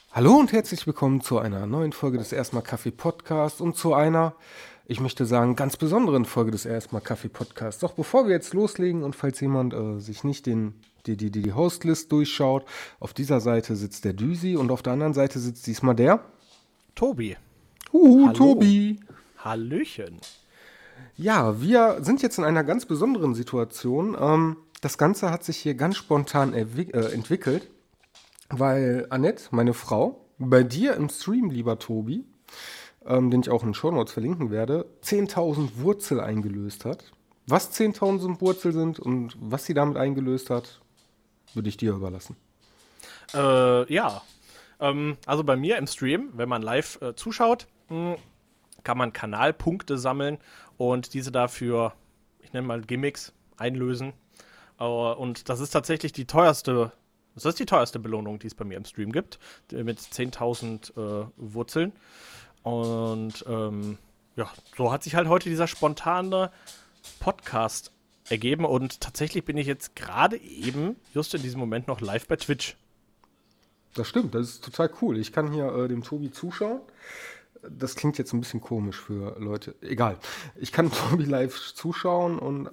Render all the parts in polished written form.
Hallo und herzlich willkommen zu einer neuen Folge des Erstmal Kaffee Podcast und zu einer, ich möchte sagen, ganz besonderen Folge des Erstmal Kaffee Podcasts. Doch bevor wir jetzt loslegen und falls jemand sich nicht die Hostlist durchschaut, auf dieser Seite sitzt der Düsi und auf der anderen Seite sitzt diesmal der Tobi. Hallo. Tobi. Hallöchen. Ja, wir sind jetzt in einer ganz besonderen Situation. Das Ganze hat sich hier ganz spontan entwickelt. Weil Annette, meine Frau, bei dir im Stream, lieber Tobi, den ich auch in den Shownotes verlinken werde, 10.000 Wurzel eingelöst hat. Was 10.000 Wurzel sind und was sie damit eingelöst hat, würde ich dir überlassen. Ja. Also bei mir im Stream, wenn man live zuschaut, kann man Kanalpunkte sammeln und diese dafür, ich nenne mal Gimmicks, einlösen. Und das ist tatsächlich die teuerste. Das ist die teuerste Belohnung, die es bei mir im Stream gibt, mit 10.000 Wurzeln. Und ja, so hat sich halt heute dieser spontane Podcast ergeben. Und tatsächlich bin ich jetzt gerade eben, just in diesem Moment, noch live bei Twitch. Das stimmt, das ist total cool. Ich kann hier dem Tobi zuschauen. Das klingt jetzt ein bisschen komisch für Leute. Egal. Ich kann Tobi live zuschauen und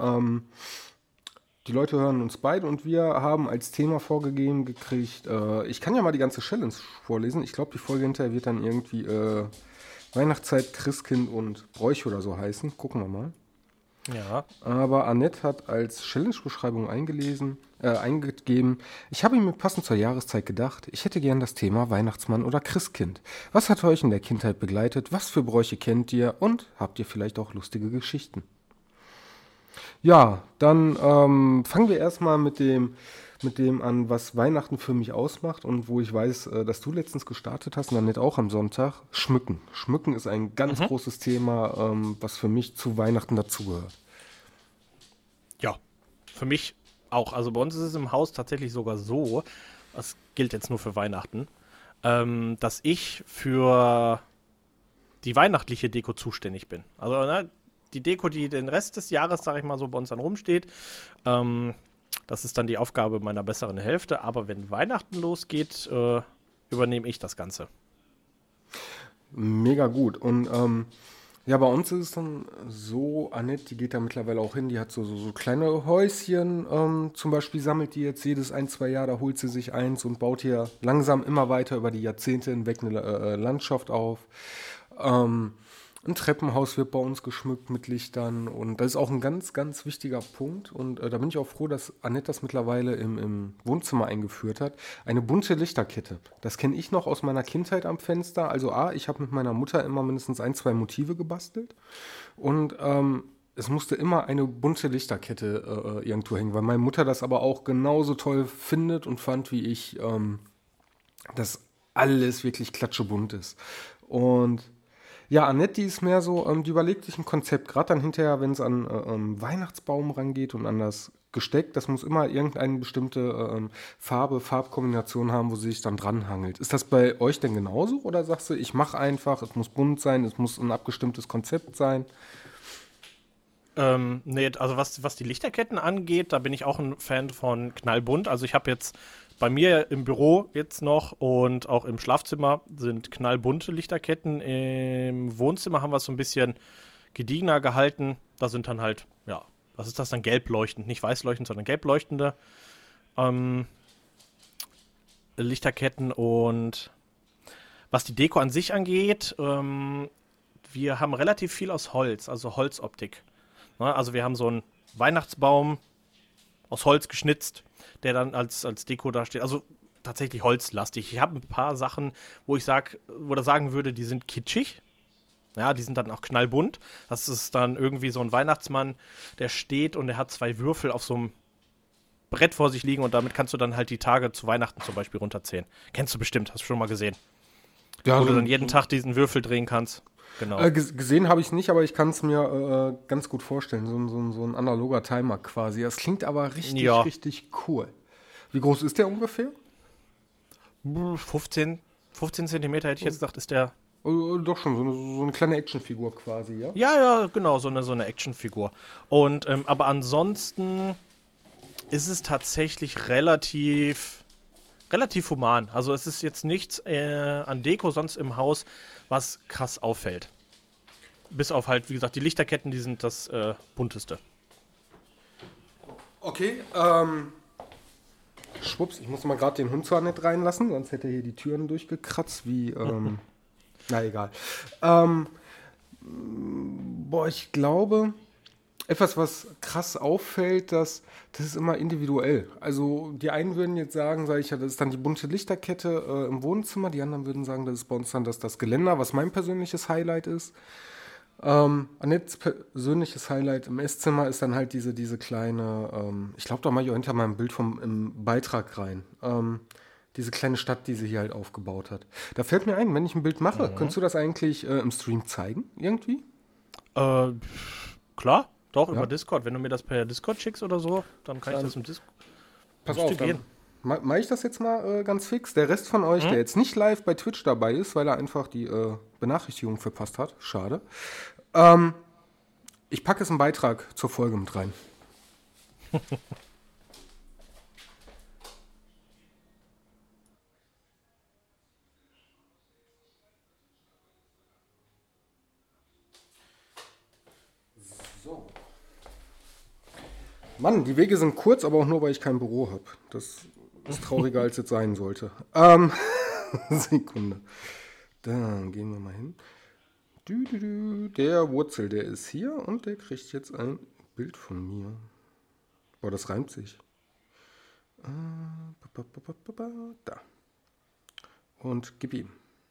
die Leute hören uns beide und wir haben als Thema vorgegeben gekriegt, ich kann ja mal die ganze Challenge vorlesen. Ich glaube, die Folge hinterher wird dann irgendwie Weihnachtszeit, Christkind und Bräuche oder so heißen. Gucken wir mal. Ja. Aber Annette hat als Challenge-Beschreibung eingegeben, ich habe mir passend zur Jahreszeit gedacht, ich hätte gern das Thema Weihnachtsmann oder Christkind. Was hat euch in der Kindheit begleitet? Was für Bräuche kennt ihr? Und habt ihr vielleicht auch lustige Geschichten? Ja, dann fangen wir erstmal mit dem an, was Weihnachten für mich ausmacht und wo ich weiß, dass du letztens gestartet hast und dann nicht auch am Sonntag. Schmücken. Schmücken ist ein ganz großes Thema, was für mich zu Weihnachten dazugehört. Ja, für mich auch. Also bei uns ist es im Haus tatsächlich sogar so, das gilt jetzt nur für Weihnachten, dass ich für die weihnachtliche Deko zuständig bin. Also die Deko, die den Rest des Jahres, sag ich mal so, bei uns dann rumsteht, das ist dann die Aufgabe meiner besseren Hälfte. Aber wenn Weihnachten losgeht, übernehme ich das Ganze. Mega gut. Und ja, bei uns ist es dann so, Annette, die geht da mittlerweile auch hin, die hat so kleine Häuschen, zum Beispiel sammelt die jetzt jedes 1, 2 Jahr, da holt sie sich eins und baut hier langsam immer weiter über die Jahrzehnte hinweg eine Landschaft auf. Ein Treppenhaus wird bei uns geschmückt mit Lichtern und das ist auch ein ganz, ganz wichtiger Punkt und da bin ich auch froh, dass Annette das mittlerweile im Wohnzimmer eingeführt hat. Eine bunte Lichterkette. Das kenne ich noch aus meiner Kindheit am Fenster. Also ich habe mit meiner Mutter immer mindestens 1, 2 Motive gebastelt und es musste immer eine bunte Lichterkette irgendwo hängen, weil meine Mutter das aber auch genauso toll findet und fand wie ich, dass alles wirklich klatschebunt ist. Und ja, Annette, die ist mehr so, die überlegt sich ein Konzept, gerade dann hinterher, wenn es an Weihnachtsbaum rangeht und an das Gesteck, das muss immer irgendeine bestimmte Farbkombination haben, wo sie sich dann dranhangelt. Ist das bei euch denn genauso oder sagst du, ich mache einfach, es muss bunt sein, es muss ein abgestimmtes Konzept sein? Nee, also was die Lichterketten angeht, da bin ich auch ein Fan von knallbunt. Also ich habe jetzt bei mir im Büro jetzt noch und auch im Schlafzimmer sind knallbunte Lichterketten. Im Wohnzimmer haben wir es so ein bisschen gediegener gehalten. Da sind dann halt, ja, was ist das dann? Gelb leuchtend, nicht weiß leuchtend, sondern gelb leuchtende Lichterketten. Und was die Deko an sich angeht, wir haben relativ viel aus Holz, also Holzoptik. Also wir haben so einen Weihnachtsbaum aus Holz geschnitzt, der dann als Deko da steht. Also tatsächlich holzlastig. Ich habe ein paar Sachen, wo ich sagen würde, die sind kitschig. Ja, die sind dann auch knallbunt. Das ist dann irgendwie so ein Weihnachtsmann, der steht und der hat 2 Würfel auf so einem Brett vor sich liegen und damit kannst du dann halt die Tage zu Weihnachten zum Beispiel runterzählen. Kennst du bestimmt, hast du schon mal gesehen. Ja, Wo du dann jeden Tag diesen Würfel drehen kannst. Genau. Gesehen habe ich es nicht, aber ich kann es mir ganz gut vorstellen. So ein analoger Timer quasi. Das klingt aber richtig, richtig cool. Wie groß ist der ungefähr? 15 Zentimeter hätte ich jetzt gesagt, ist der. Doch schon, so eine kleine Actionfigur quasi, ja? Ja, genau, so eine Actionfigur. Und aber ansonsten ist es tatsächlich relativ relativ human. Also es ist jetzt nichts an Deko sonst im Haus, was krass auffällt. Bis auf halt, wie gesagt, die Lichterketten, die sind das bunteste. Okay, schwupps, ich muss mal gerade den Hund zwar nicht reinlassen, sonst hätte er hier die Türen durchgekratzt, wie, na egal. Ich glaube, etwas, was krass auffällt, das ist immer individuell. Also die einen würden jetzt sagen, sage ich ja, das ist dann die bunte Lichterkette im Wohnzimmer, die anderen würden sagen, das ist bei uns dann das Geländer, was mein persönliches Highlight ist. Annettes persönliches Highlight im Esszimmer ist dann halt diese kleine, ich glaube, da mache ich auch hinter meinem Bild im Beitrag rein. Diese kleine Stadt, die sie hier halt aufgebaut hat. Da fällt mir ein, wenn ich ein Bild mache, könntest du das eigentlich im Stream zeigen, irgendwie? Klar, doch, über Discord. Wenn du mir das per Discord schickst oder so, dann kann ich das im Discord. Pass auf, dann mache ich das jetzt mal ganz fix. Der Rest von euch, der jetzt nicht live bei Twitch dabei ist, weil er einfach die Benachrichtigung verpasst hat, schade. Ich packe es einen Beitrag zur Folge mit rein. So. Mann, die Wege sind kurz, aber auch nur, weil ich kein Büro habe. Das ist trauriger, als es sein sollte. Sekunde. Dann gehen wir mal hin. Der Wurzel, der ist hier und der kriegt jetzt ein Bild von mir. Boah, das reimt sich. Da. Und gib ihm.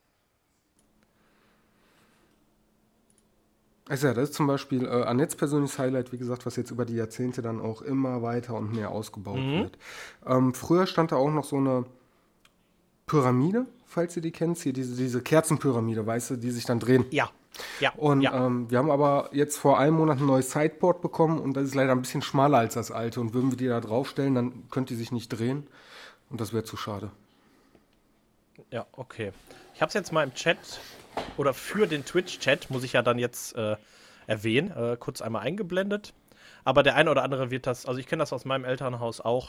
Also ja, das ist zum Beispiel Annettes persönliches Highlight, wie gesagt, was jetzt über die Jahrzehnte dann auch immer weiter und mehr ausgebaut wird. Früher stand da auch noch so eine Pyramide, falls ihr die kennt, hier diese Kerzenpyramide, weißt du, die sich dann drehen. Ja. Und wir haben aber jetzt vor einem Monat ein neues Sideboard bekommen und das ist leider ein bisschen schmaler als das alte. Und würden wir die da draufstellen, dann könnte die sich nicht drehen und das wäre zu schade. Ja, okay. Ich habe es jetzt mal im Chat oder für den Twitch-Chat, muss ich ja dann jetzt erwähnen, kurz einmal eingeblendet. Aber der eine oder andere wird das, also ich kenne das aus meinem Elternhaus auch,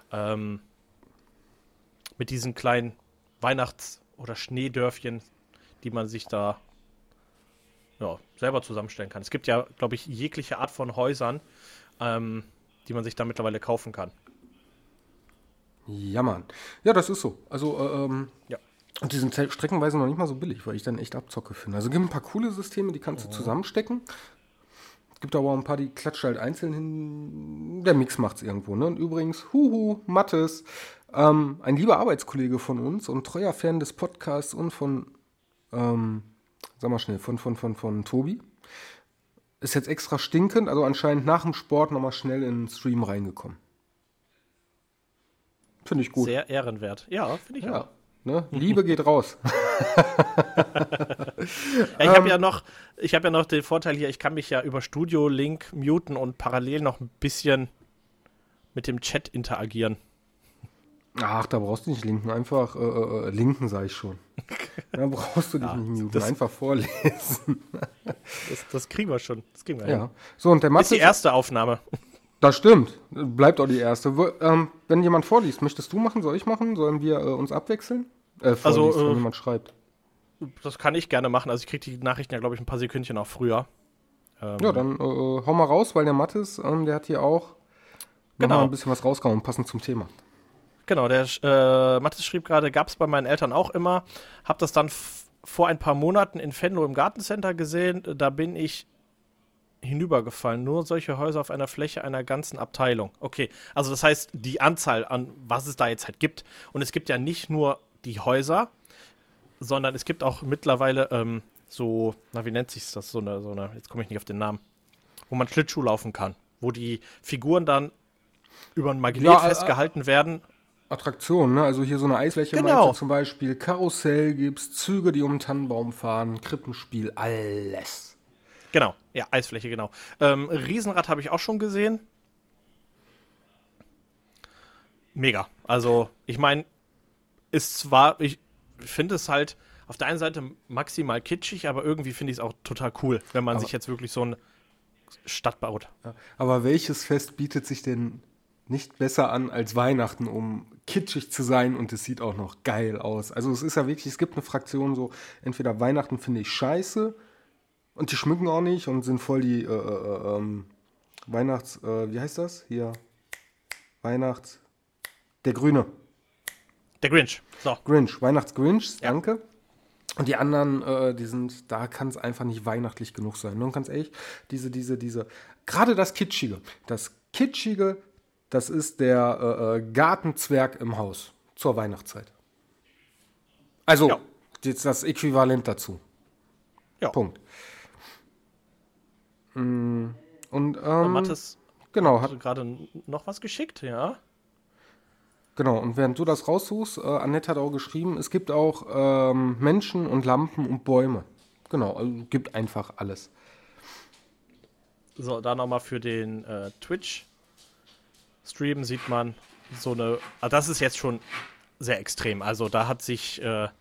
mit diesen kleinen Weihnachts- oder Schneedörfchen, die man sich da selber zusammenstellen kann. Es gibt ja, glaube ich, jegliche Art von Häusern, die man sich da mittlerweile kaufen kann. Ja, Mann. Ja, das ist so. Also, Ja. und die sind streckenweise noch nicht mal so billig, weil ich dann echt Abzocke finde. Also, es gibt ein paar coole Systeme, die kannst du zusammenstecken. Es gibt aber auch ein paar, die klatschen halt einzeln hin. Der Mix macht's irgendwo, ne? Und übrigens, Mattes, ein lieber Arbeitskollege von uns und treuer Fan des Podcasts und von, sag mal schnell, von Tobi, ist jetzt extra stinkend, also anscheinend nach dem Sport nochmal schnell in den Stream reingekommen. Finde ich gut. Sehr ehrenwert. Ja, finde ich auch. Ne? Liebe geht raus. Ich habe ja noch den Vorteil hier, ich kann mich ja über Studio Link muten und parallel noch ein bisschen mit dem Chat interagieren. Ach, da brauchst du nicht linken, einfach linken, sage ich schon. Da brauchst du dich nicht muten, einfach vorlesen. Das kriegen wir schon. Das kriegen wir hin. So, und der Mattes, ist die erste Aufnahme. Das stimmt, bleibt auch die erste. Wenn jemand vorliest, möchtest du machen, soll ich machen? Sollen wir uns abwechseln? Wenn jemand schreibt. Das kann ich gerne machen. Also ich kriege die Nachrichten ja, glaube ich, ein paar Sekündchen auch früher. Ja, dann hau mal raus, weil der Mattes, der hat hier auch noch mal ein bisschen was rausgehauen, passend zum Thema. Genau, der Mattes schrieb gerade, gab es bei meinen Eltern auch immer. Hab das dann vor ein paar Monaten in Venlo im Gartencenter gesehen. Da bin ich hinübergefallen. Nur solche Häuser auf einer Fläche einer ganzen Abteilung. Okay, also das heißt, die Anzahl an, was es da jetzt halt gibt. Und es gibt ja nicht nur die Häuser, sondern es gibt auch mittlerweile wie nennt sich das? So eine, jetzt komme ich nicht auf den Namen, wo man Schlittschuh laufen kann. Wo die Figuren dann über ein Magnet festgehalten werden. Attraktionen, ne? Also hier so eine Eisfläche, genau. Zum Beispiel Karussell gibt's, Züge, die um den Tannenbaum fahren, Krippenspiel, alles. Genau, ja, Eisfläche, genau. Riesenrad habe ich auch schon gesehen. Mega. Also, ich meine, ich finde es halt auf der einen Seite maximal kitschig, aber irgendwie finde ich es auch total cool, wenn man sich jetzt wirklich so eine Stadt baut. Ja, aber welches Fest bietet sich denn nicht besser an als Weihnachten, um kitschig zu sein und es sieht auch noch geil aus. Also es ist ja wirklich, es gibt eine Fraktion so, entweder Weihnachten finde ich scheiße und die schmücken auch nicht und sind voll die wie heißt das? Hier, der Grüne. Der Grinch. So. Grinch, Weihnachtsgrinch, Ja. danke. Und die anderen, da kann es einfach nicht weihnachtlich genug sein. Und ganz ehrlich, gerade das Kitschige, das ist der Gartenzwerg im Haus zur Weihnachtszeit. Also, Ja. jetzt das Äquivalent dazu. Ja. Punkt. Und, Mathis genau, hat gerade noch was geschickt, ja. Genau, und während du das raussuchst, Annette hat auch geschrieben, es gibt auch Menschen und Lampen und Bäume. Genau, also gibt einfach alles. So, da nochmal für den Twitch-Stream sieht man so eine. Ah, das ist jetzt schon sehr extrem. Also, da hat sich.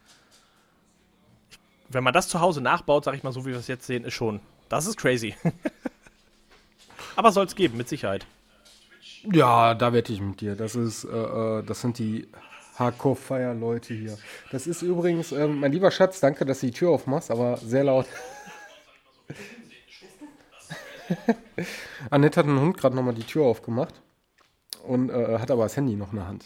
Wenn man das zu Hause nachbaut, sag ich mal so, wie wir es jetzt sehen, ist schon. Das ist crazy. Aber soll es geben, mit Sicherheit. Ja, da wette ich mit dir. Das sind die Hardcore-Fire-Leute hier. Das ist übrigens, mein lieber Schatz, danke, dass du die Tür aufmachst, aber sehr laut. Annette hat einen Hund gerade nochmal die Tür aufgemacht und hat aber das Handy noch in der Hand.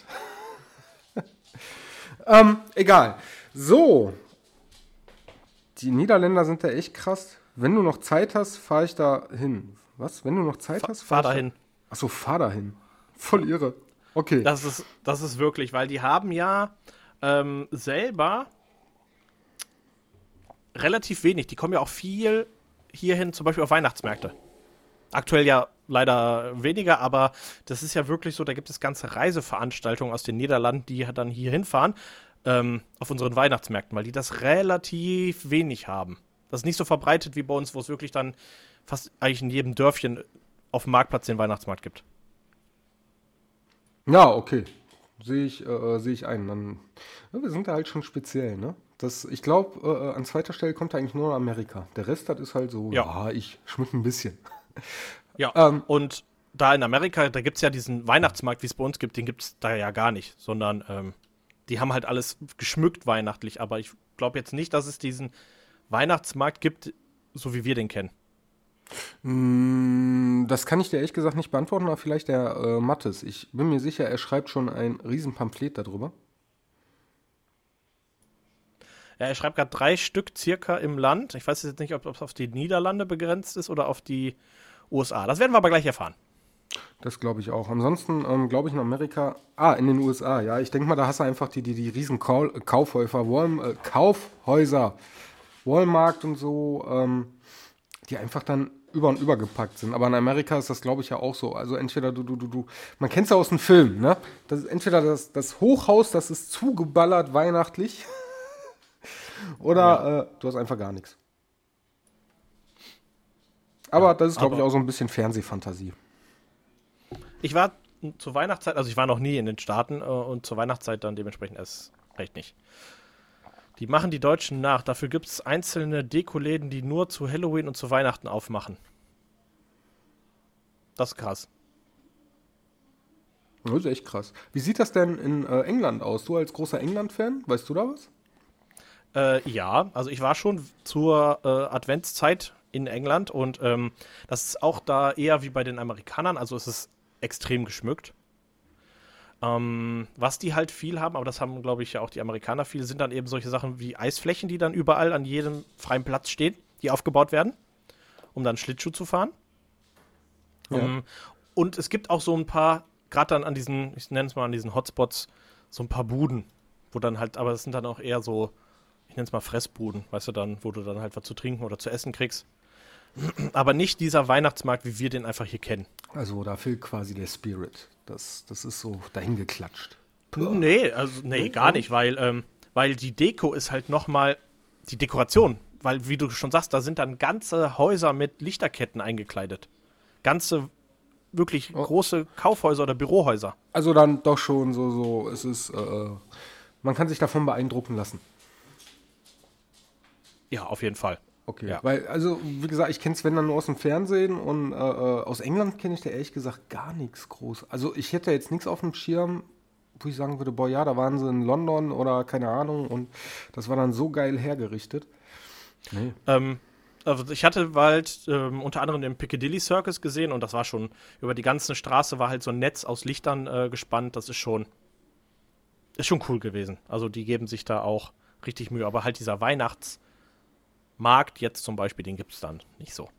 Egal. So. Die Niederländer sind da echt krass. Wenn du noch Zeit hast, fahre ich da hin. Was? Wenn du noch Zeit hast? Fahr dahin. Achso, fahr dahin. Voll irre. Okay. Das ist wirklich, weil die haben ja selber relativ wenig. Die kommen ja auch viel hierhin, zum Beispiel auf Weihnachtsmärkte. Aktuell ja leider weniger, aber das ist ja wirklich so, da gibt es ganze Reiseveranstaltungen aus den Niederlanden, die dann hier hinfahren auf unseren Weihnachtsmärkten, weil die das relativ wenig haben. Das ist nicht so verbreitet wie bei uns, wo es wirklich dann fast eigentlich in jedem Dörfchen auf dem Marktplatz den Weihnachtsmarkt gibt. Ja, okay. Sehe ich ein. Dann, ja, wir sind da halt schon speziell, ne? Ich glaube, an zweiter Stelle kommt eigentlich nur Amerika. Der Rest, das ist halt so, ja ich schmück ein bisschen. Ja, und da in Amerika, da gibt es ja diesen Weihnachtsmarkt, wie es bei uns gibt, den gibt es da ja gar nicht, sondern die haben halt alles geschmückt weihnachtlich, aber ich glaube jetzt nicht, dass es diesen Weihnachtsmarkt gibt, so wie wir den kennen. Das kann ich dir ehrlich gesagt nicht beantworten, aber vielleicht der Mathis. Ich bin mir sicher, er schreibt schon ein Riesenpamphlet darüber. Ja, er schreibt gerade 3 Stück circa im Land. Ich weiß jetzt nicht, ob es auf die Niederlande begrenzt ist oder auf die USA. Das werden wir aber gleich erfahren. Das glaube ich auch. Ansonsten glaube ich in Amerika, in den USA, ja. Ich denke mal, da hast du einfach die riesen Kaufhäuser, Walmart und so, die einfach dann über und über gepackt sind. Aber in Amerika ist das, glaube ich, ja auch so. Also entweder man kennt es ja aus dem Film, ne? Das ist entweder das Hochhaus, das ist zugeballert weihnachtlich, oder du hast einfach gar nichts. Aber das ist, glaube ich, auch so ein bisschen Fernsehfantasie. Ich war zur Weihnachtszeit, also ich war noch nie in den Staaten und zur Weihnachtszeit dann dementsprechend erst recht nicht. Die machen die Deutschen nach. Dafür gibt es einzelne Dekoläden, die nur zu Halloween und zu Weihnachten aufmachen. Das ist krass. Das ist echt krass. Wie sieht das denn in England aus? Du als großer England-Fan, weißt du da was? Ja, also ich war schon zur Adventszeit in England und das ist auch da eher wie bei den Amerikanern, also es ist extrem geschmückt. Was die halt viel haben, aber das haben, glaube ich, ja auch die Amerikaner viel, sind dann eben solche Sachen wie Eisflächen, die dann überall an jedem freien Platz stehen, die aufgebaut werden, um dann Schlittschuh zu fahren. Ja. Und es gibt auch so ein paar, gerade dann an diesen, ich nenne es mal an diesen Hotspots, so ein paar Buden, wo dann halt, aber das sind dann auch eher so, ich nenne es mal Fressbuden, weißt du dann, wo du dann halt was zu trinken oder zu essen kriegst. Aber nicht dieser Weihnachtsmarkt, wie wir den einfach hier kennen. Also da fehlt quasi der Spirit. Das ist so dahingeklatscht. Nee, gar nicht, weil die Deko ist halt nochmal die Dekoration. Weil, wie du schon sagst, da sind dann ganze Häuser mit Lichterketten eingekleidet. Ganze, wirklich große Kaufhäuser oder Bürohäuser. Also dann doch schon so es ist, man kann sich davon beeindrucken lassen. Ja, auf jeden Fall. Okay, Ja. weil, also, wie gesagt, ich kenne Sven dann nur aus dem Fernsehen und aus England kenne ich da ehrlich gesagt gar nichts groß. Also, ich hätte jetzt nichts auf dem Schirm, wo ich sagen würde, boah, ja, da waren sie in London oder keine Ahnung und das war dann so geil hergerichtet. Nee. Also ich hatte halt unter anderem den Piccadilly Circus gesehen und das war schon, über die ganze Straße war halt so ein Netz aus Lichtern gespannt. Das ist schon cool gewesen. Also die geben sich da auch richtig Mühe. Aber halt dieser Weihnachtsmarkt jetzt zum Beispiel, den gibt es dann nicht so.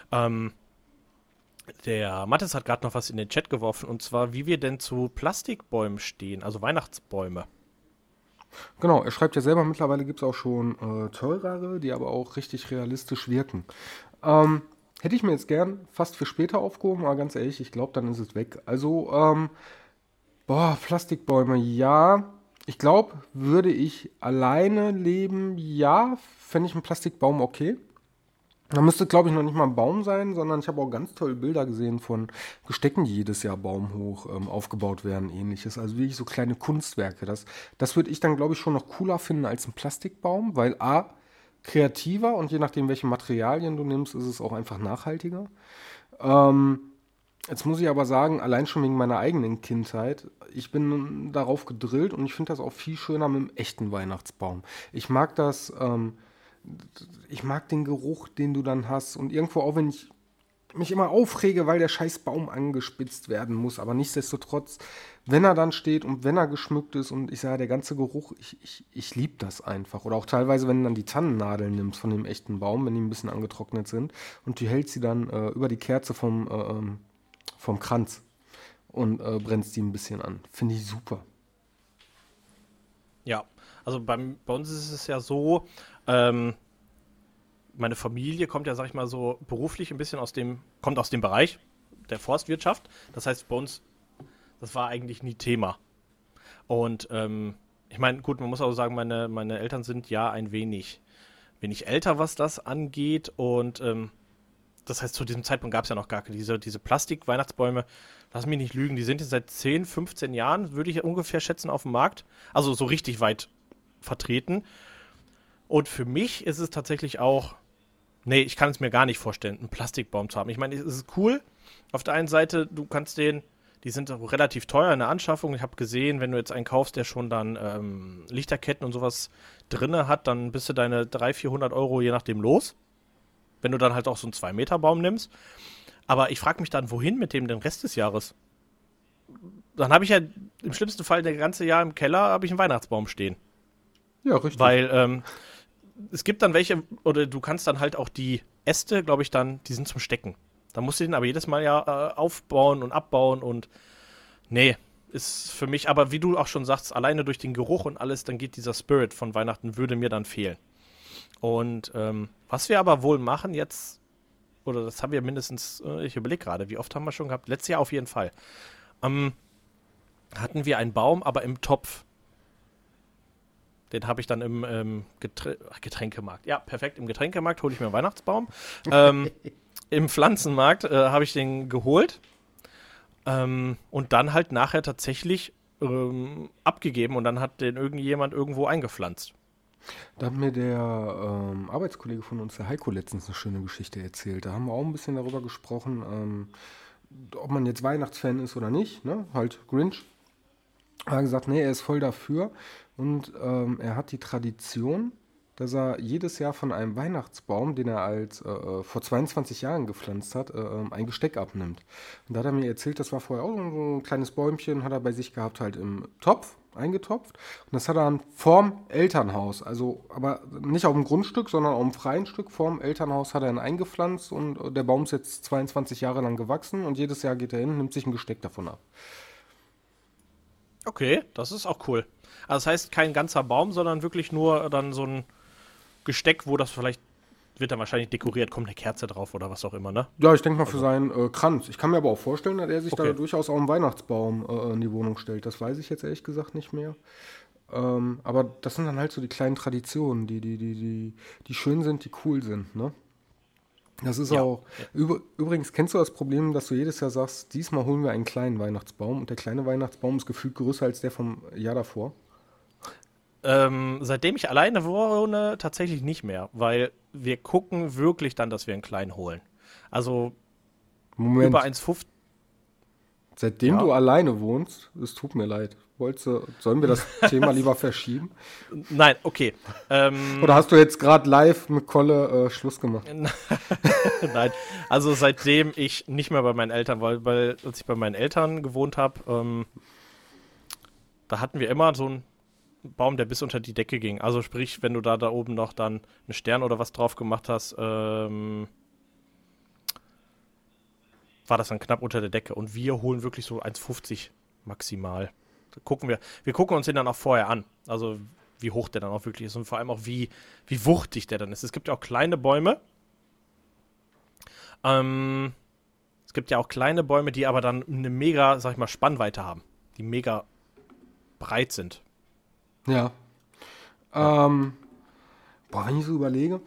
Der Mathis hat gerade noch was in den Chat geworfen und zwar, wie wir denn zu Plastikbäumen stehen, also Weihnachtsbäume. Genau, er schreibt ja selber, mittlerweile gibt es auch schon teurere, die aber auch richtig realistisch wirken. Hätte ich mir jetzt gern fast für später aufgehoben, aber ganz ehrlich, ich glaube, dann ist es weg. Also, Plastikbäume, ja. Ich glaube, würde ich alleine leben, ja, fände ich einen Plastikbaum okay. Da müsste, glaube ich, noch nicht mal ein Baum sein, sondern ich habe auch ganz tolle Bilder gesehen von Gestecken, die jedes Jahr baumhoch aufgebaut werden, ähnliches. Also wirklich so kleine Kunstwerke. Das würde ich dann, glaube ich, schon noch cooler finden als ein Plastikbaum, weil A, kreativer und je nachdem, welche Materialien du nimmst, ist es auch einfach nachhaltiger. Ähm, Jetzt muss ich aber sagen, allein schon wegen meiner eigenen Kindheit, ich bin darauf gedrillt und ich finde das auch viel schöner mit einem echten Weihnachtsbaum. Ich mag das. Ich mag den Geruch, den du dann hast. Und irgendwo auch, wenn ich mich immer aufrege, weil der scheiß Baum angespitzt werden muss. Aber nichtsdestotrotz, wenn er dann steht und wenn er geschmückt ist und ich sage, der ganze Geruch, ich liebe das einfach. Oder auch teilweise, wenn du dann die Tannennadeln nimmst von dem echten Baum, wenn die ein bisschen angetrocknet sind und du hältst sie dann über die Kerze vom Kranz und brennst die ein bisschen an. Finde ich super. Ja, also bei uns ist es ja so, meine Familie kommt ja, sag ich mal so, beruflich ein bisschen kommt aus dem Bereich der Forstwirtschaft. Das heißt, bei uns, das war eigentlich nie Thema. Und ich meine, gut, man muss auch sagen, meine Eltern sind ja ein wenig älter, was das angeht. Und das heißt, zu diesem Zeitpunkt gab es ja noch gar keine, diese Plastik-Weihnachtsbäume, lass mich nicht lügen, die sind jetzt seit 10, 15 Jahren, würde ich ungefähr schätzen, auf dem Markt. Also so richtig weit vertreten. Und für mich ist es tatsächlich auch, nee, ich kann es mir gar nicht vorstellen, einen Plastikbaum zu haben. Ich meine, es ist cool. Auf der einen Seite, du kannst die sind auch relativ teuer in der Anschaffung. Ich habe gesehen, wenn du jetzt einen kaufst, der schon dann Lichterketten und sowas drinne hat, dann bist du deine 300, 400 Euro je nachdem los. Wenn du dann halt auch so einen 2-Meter-Baum nimmst. Aber ich frage mich dann, wohin mit dem den Rest des Jahres? Dann habe ich ja im schlimmsten Fall das ganze Jahr im Keller habe ich einen Weihnachtsbaum stehen. Ja, richtig. Weil es gibt dann welche, oder du kannst dann halt auch die Äste, glaube ich, dann, die sind zum Stecken. Da musst du den aber jedes Mal ja aufbauen und abbauen und nee, ist für mich, aber wie du auch schon sagst, alleine durch den Geruch und alles, dann geht dieser Spirit von Weihnachten, würde mir dann fehlen. Und was wir aber wohl machen jetzt, oder das haben wir mindestens, ich überlege gerade, wie oft haben wir schon gehabt? Letztes Jahr auf jeden Fall. Hatten wir einen Baum, aber im Topf. Den habe ich dann im Getränkemarkt. Ja, perfekt. Im Getränkemarkt hole ich mir einen Weihnachtsbaum. Im Pflanzenmarkt habe ich den geholt. Und dann halt nachher tatsächlich abgegeben. Und dann hat den irgendjemand irgendwo eingepflanzt. Da hat mir der Arbeitskollege von uns, der Heiko, letztens eine schöne Geschichte erzählt. Da haben wir auch ein bisschen darüber gesprochen, ob man jetzt Weihnachtsfan ist oder nicht. Ne? Halt Grinch. Er hat gesagt, nee, er ist voll dafür. Und er hat die Tradition, dass er jedes Jahr von einem Weihnachtsbaum, den er vor 22 Jahren gepflanzt hat, ein Gesteck abnimmt. Und da hat er mir erzählt, das war vorher auch so ein kleines Bäumchen, hat er bei sich gehabt, halt im Topf, eingetopft. Und das hat er dann vorm Elternhaus, also aber nicht auf dem Grundstück, sondern auf dem freien Stück vorm Elternhaus hat er ihn eingepflanzt und der Baum ist jetzt 22 Jahre lang gewachsen und jedes Jahr geht er hin, nimmt sich ein Gesteck davon ab. Okay, das ist auch cool. Also das heißt kein ganzer Baum, sondern wirklich nur dann so ein Gesteck, wo das vielleicht, wird dann wahrscheinlich dekoriert, kommt eine Kerze drauf oder was auch immer, ne? Ja, ich denke mal für seinen Kranz. Ich kann mir aber auch vorstellen, dass er sich da durchaus auch einen Weihnachtsbaum in die Wohnung stellt. Das weiß ich jetzt ehrlich gesagt nicht mehr. Aber das sind dann halt so die kleinen Traditionen, die schön sind, die cool sind, ne? Das ist auch. Übrigens, kennst du das Problem, dass du jedes Jahr sagst, diesmal holen wir einen kleinen Weihnachtsbaum und der kleine Weihnachtsbaum ist gefühlt größer als der vom Jahr davor? Seitdem ich alleine wohne, tatsächlich nicht mehr, weil wir gucken wirklich dann, dass wir einen kleinen holen. Also Moment. über 1,50. Seitdem du alleine wohnst, es tut mir leid. Sollen wir das Thema lieber verschieben? Nein, okay. Oder hast du jetzt gerade live mit Kolle Schluss gemacht? Nein, also seitdem ich nicht mehr bei meinen Eltern war, weil als ich bei meinen Eltern gewohnt habe, da hatten wir immer so einen Baum, der bis unter die Decke ging. Also sprich, wenn du da oben noch dann einen Stern oder was drauf gemacht hast, war das dann knapp unter der Decke. Und wir holen wirklich so 1,50 maximal. Wir gucken uns den dann auch vorher an. Also wie hoch der dann auch wirklich ist und vor allem auch wie wuchtig der dann ist. Es gibt ja auch kleine Bäume. Es gibt ja auch kleine Bäume, die aber dann eine mega, sag ich mal, Spannweite haben. Die mega breit sind. Ja. Wenn ich so überlege,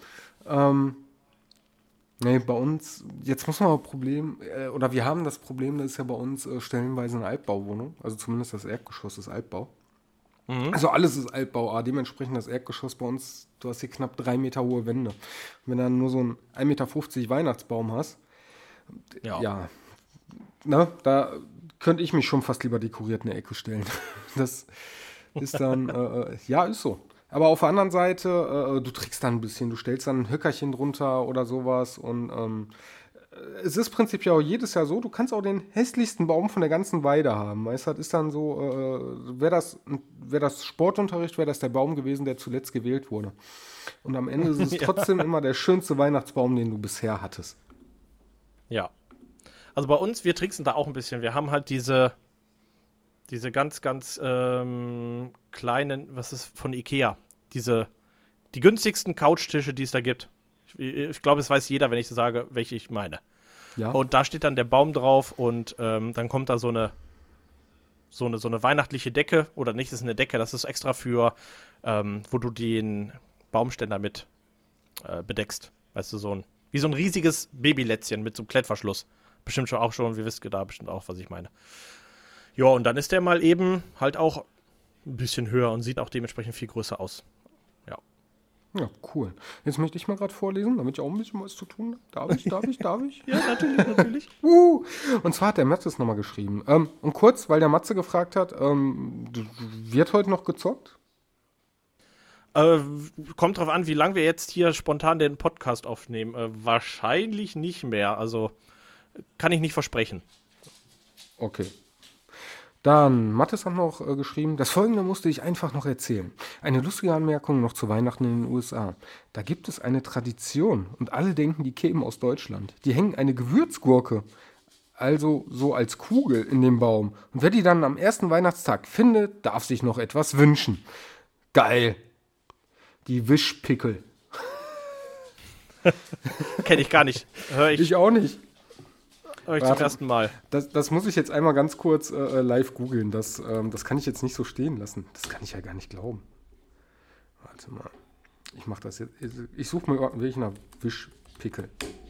nee, bei uns, jetzt muss man aber wir haben das Problem, das ist ja bei uns stellenweise eine Altbauwohnung, also zumindest das Erdgeschoss ist Altbau. Mhm. Also alles ist Altbau, dementsprechend das Erdgeschoss bei uns, du hast hier knapp 3 Meter hohe Wände. Und wenn du dann nur so einen 1,50 Meter Weihnachtsbaum hast, ja, da könnte ich mich schon fast lieber dekoriert in der Ecke stellen. Das ist dann, ist so. Aber auf der anderen Seite, du trägst dann ein bisschen, du stellst dann ein Höckerchen drunter oder sowas und es ist prinzipiell auch jedes Jahr so, du kannst auch den hässlichsten Baum von der ganzen Weide haben. Weißt du, das ist dann so, wäre das Sportunterricht, wäre das der Baum gewesen, der zuletzt gewählt wurde. Und am Ende ist es trotzdem immer der schönste Weihnachtsbaum, den du bisher hattest. Ja. Also bei uns, wir tricksen da auch ein bisschen. Wir haben halt diese ganz, ganz kleinen, was ist von Ikea, die günstigsten Couchtische, die es da gibt. Ich glaube, es weiß jeder, wenn ich so sage, welche ich meine. Ja. Und da steht dann der Baum drauf und dann kommt da so eine weihnachtliche Decke, oder nicht, das ist eine Decke, das ist extra für, wo du den Baumständer mit bedeckst. Weißt du, wie so ein riesiges Babylätzchen mit so einem Klettverschluss. Bestimmt schon, wir wisst da bestimmt auch, was ich meine. Ja, und dann ist der mal eben halt auch ein bisschen höher und sieht auch dementsprechend viel größer aus. Ja. Ja, cool. Jetzt möchte ich mal gerade vorlesen, damit ich auch ein bisschen was zu tun habe. Darf ich? Ja, natürlich. Und zwar hat der Matze es nochmal geschrieben. Und kurz, weil der Matze gefragt hat, wird heute noch gezockt? Kommt drauf an, wie lange wir jetzt hier spontan den Podcast aufnehmen. Wahrscheinlich nicht mehr. Also kann ich nicht versprechen. Okay. Dann, Mathis hat noch geschrieben, das Folgende musste ich einfach noch erzählen. Eine lustige Anmerkung noch zu Weihnachten in den USA. Da gibt es eine Tradition und alle denken, die kämen aus Deutschland. Die hängen eine Gewürzgurke, also so als Kugel in den Baum. Und wer die dann am ersten Weihnachtstag findet, darf sich noch etwas wünschen. Geil. Die Wischpickel. Kenne ich gar nicht. Ich auch nicht. Zum ersten Mal. Das muss ich jetzt einmal ganz kurz live googeln. Das kann ich jetzt nicht so stehen lassen. Das kann ich ja gar nicht glauben. Warte mal. Ich mache das jetzt. Ich suche mal wirklich nach Wischpickel.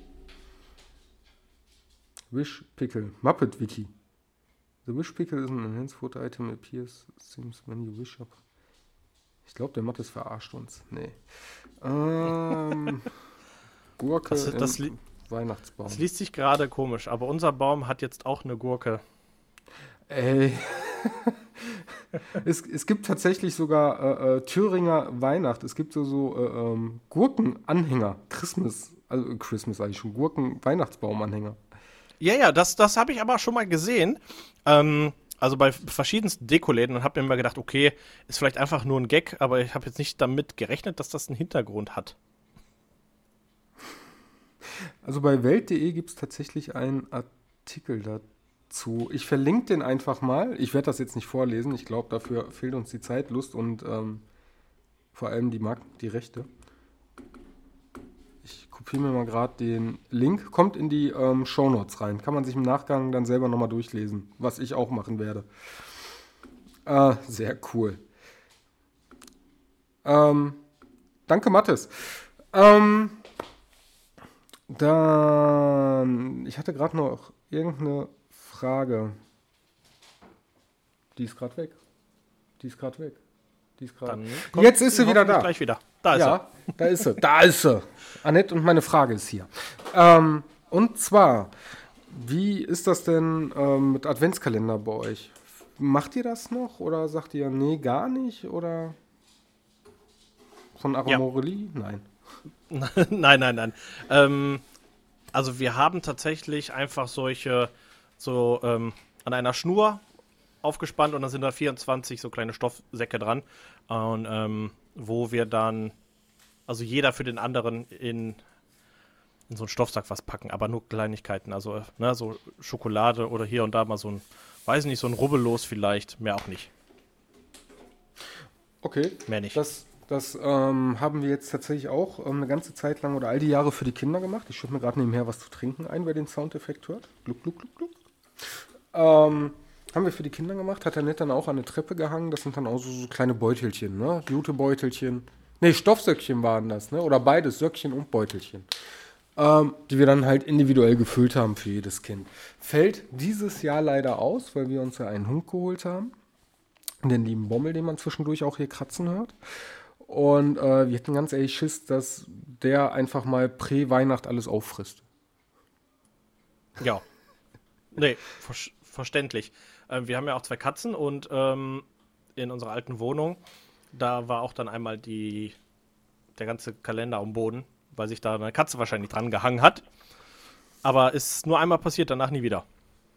Wischpickel. Muppet Wiki. The Wischpickel is an enhanced photo item appears seems when you wish up. Ich glaube, der Mattes verarscht uns. Nee. Gurke im Weihnachtsbaum. Das liest sich gerade komisch, aber unser Baum hat jetzt auch eine Gurke. Ey. Es gibt tatsächlich sogar Thüringer Weihnacht. Es gibt so Gurkenanhänger. Christmas eigentlich schon. Gurken-Weihnachtsbaumanhänger. Ja, das habe ich aber schon mal gesehen. Also bei verschiedensten Dekoläden und habe mir immer gedacht, okay, ist vielleicht einfach nur ein Gag, aber ich habe jetzt nicht damit gerechnet, dass das einen Hintergrund hat. Also bei Welt.de gibt es tatsächlich einen Artikel dazu. Ich verlinke den einfach mal. Ich werde das jetzt nicht vorlesen. Ich glaube, dafür fehlt uns die Zeit, Lust und vor allem die Rechte. Ich kopiere mir mal gerade den Link. Kommt in die Shownotes rein. Kann man sich im Nachgang dann selber nochmal durchlesen, was ich auch machen werde. Sehr cool. Danke, Mathis. Dann, ich hatte gerade noch irgendeine Frage. Die ist gerade weg. Jetzt ist sie wieder da. Gleich wieder. Da ist ja, Da ist sie. Da ist sie. Annette, und meine Frage ist hier. Und zwar, wie ist das denn mit Adventskalender bei euch? Macht ihr das noch oder sagt ihr, nee, gar nicht? Oder von Ja. Aramorelli? Nein. Nein. Also wir haben tatsächlich einfach solche, an einer Schnur aufgespannt und dann sind da 24 so kleine Stoffsäcke dran. Und wo wir dann, also jeder für den anderen in so einen Stoffsack was packen, aber nur Kleinigkeiten. Also, ne, so Schokolade oder hier und da mal so ein, weiß nicht, so ein Rubbellos vielleicht, mehr auch nicht. Okay. Mehr nicht. Das haben wir jetzt tatsächlich auch eine ganze Zeit lang oder all die Jahre für die Kinder gemacht. Ich schütte mir gerade nebenher was zu trinken ein, wer den Soundeffekt hört. Gluck, gluck, gluck, gluck. Haben wir für die Kinder gemacht, hat der Nett dann auch an eine Treppe gehangen. Das sind dann auch so kleine Beutelchen, ne? Jutebeutelchen. Ne, Stoffsöckchen waren das, ne? Oder beides, Söckchen und Beutelchen. Die wir dann halt individuell gefüllt haben für jedes Kind. Fällt dieses Jahr leider aus, weil wir uns ja einen Hund geholt haben. Den lieben Bommel, den man zwischendurch auch hier kratzen hört. Und wir hatten ganz ehrlich Schiss, dass der einfach mal Prä-Weihnacht alles auffrisst. Ja. Nee, verständlich. Wir haben ja auch 2 Katzen und in unserer alten Wohnung, da war auch dann einmal der ganze Kalender am Boden, weil sich da eine Katze wahrscheinlich dran gehangen hat. Aber ist nur einmal passiert, danach nie wieder.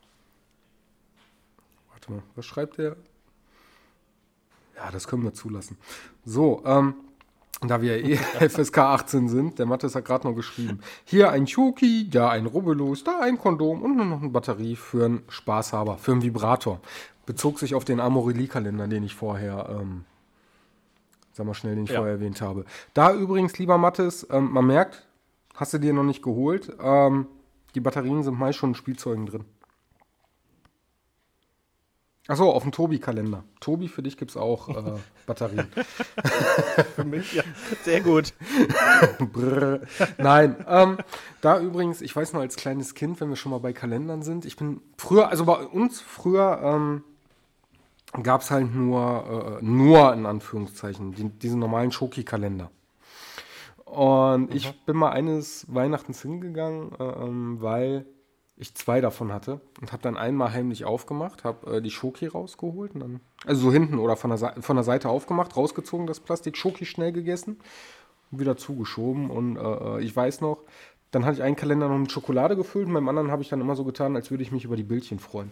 Warte mal, was schreibt der? Ja, das können wir zulassen. So, da wir eh FSK 18 sind, der Mathis hat gerade noch geschrieben. Hier ein Schoki, da ein Rubbellos, da ein Kondom und noch eine Batterie für einen Spaßhaber, für einen Vibrator. Bezog sich auf den Amorelie-Kalender, den ich vorher, vorher erwähnt habe. Da übrigens, lieber Mathis, man merkt, hast du dir noch nicht geholt, die Batterien sind meist schon in Spielzeugen drin. Achso, auf dem Tobi-Kalender. Tobi, für dich gibt es auch Batterien. Für mich, ja. Sehr gut. Nein, da übrigens, ich weiß noch als kleines Kind, wenn wir schon mal bei Kalendern sind, ich bin früher, also bei uns früher gab es halt nur in Anführungszeichen, diese normalen Schoki-Kalender. Und ich bin mal eines Weihnachtens hingegangen, weil ich 2 davon hatte und habe dann einmal heimlich aufgemacht, habe die Schoki rausgeholt und dann, also so hinten oder von der Seite aufgemacht, rausgezogen, das Plastik, Schoki schnell gegessen und wieder zugeschoben und ich weiß noch, dann hatte ich einen Kalender noch mit Schokolade gefüllt und beim anderen habe ich dann immer so getan, als würde ich mich über die Bildchen freuen.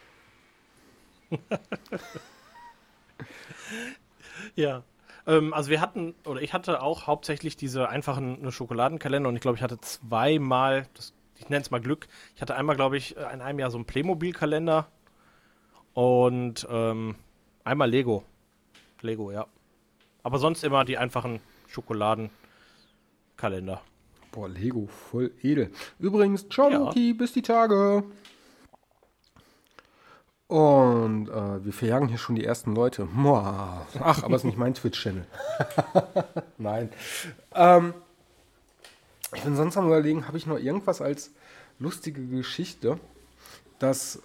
Ja. Also ich hatte auch hauptsächlich diese einfachen Schokoladenkalender und ich glaube, ich hatte 2-mal, ich nenne es mal Glück. Ich hatte einmal, glaube ich, in einem Jahr so einen Playmobil-Kalender und einmal Lego. Lego, ja. Aber sonst immer die einfachen Schokoladenkalender. Boah, Lego, voll edel. Übrigens, ciao Loki, bis die Tage. Und wir verjagen hier schon die ersten Leute. Moah. Ach, aber es ist nicht mein Twitch-Channel. Nein. Ich bin sonst am Überlegen, habe ich noch irgendwas als lustige Geschichte, dass,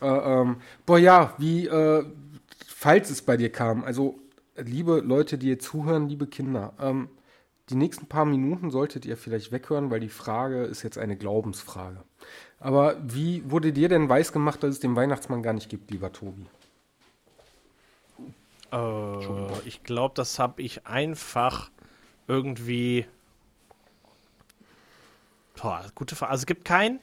falls es bei dir kam, also liebe Leute, die ihr zuhören, liebe Kinder, die nächsten paar Minuten solltet ihr vielleicht weghören, weil die Frage ist jetzt eine Glaubensfrage. Aber wie wurde dir denn weisgemacht, dass es den Weihnachtsmann gar nicht gibt, lieber Tobi? Ich glaube, das habe ich einfach irgendwie... gute Frage. Also es gibt kein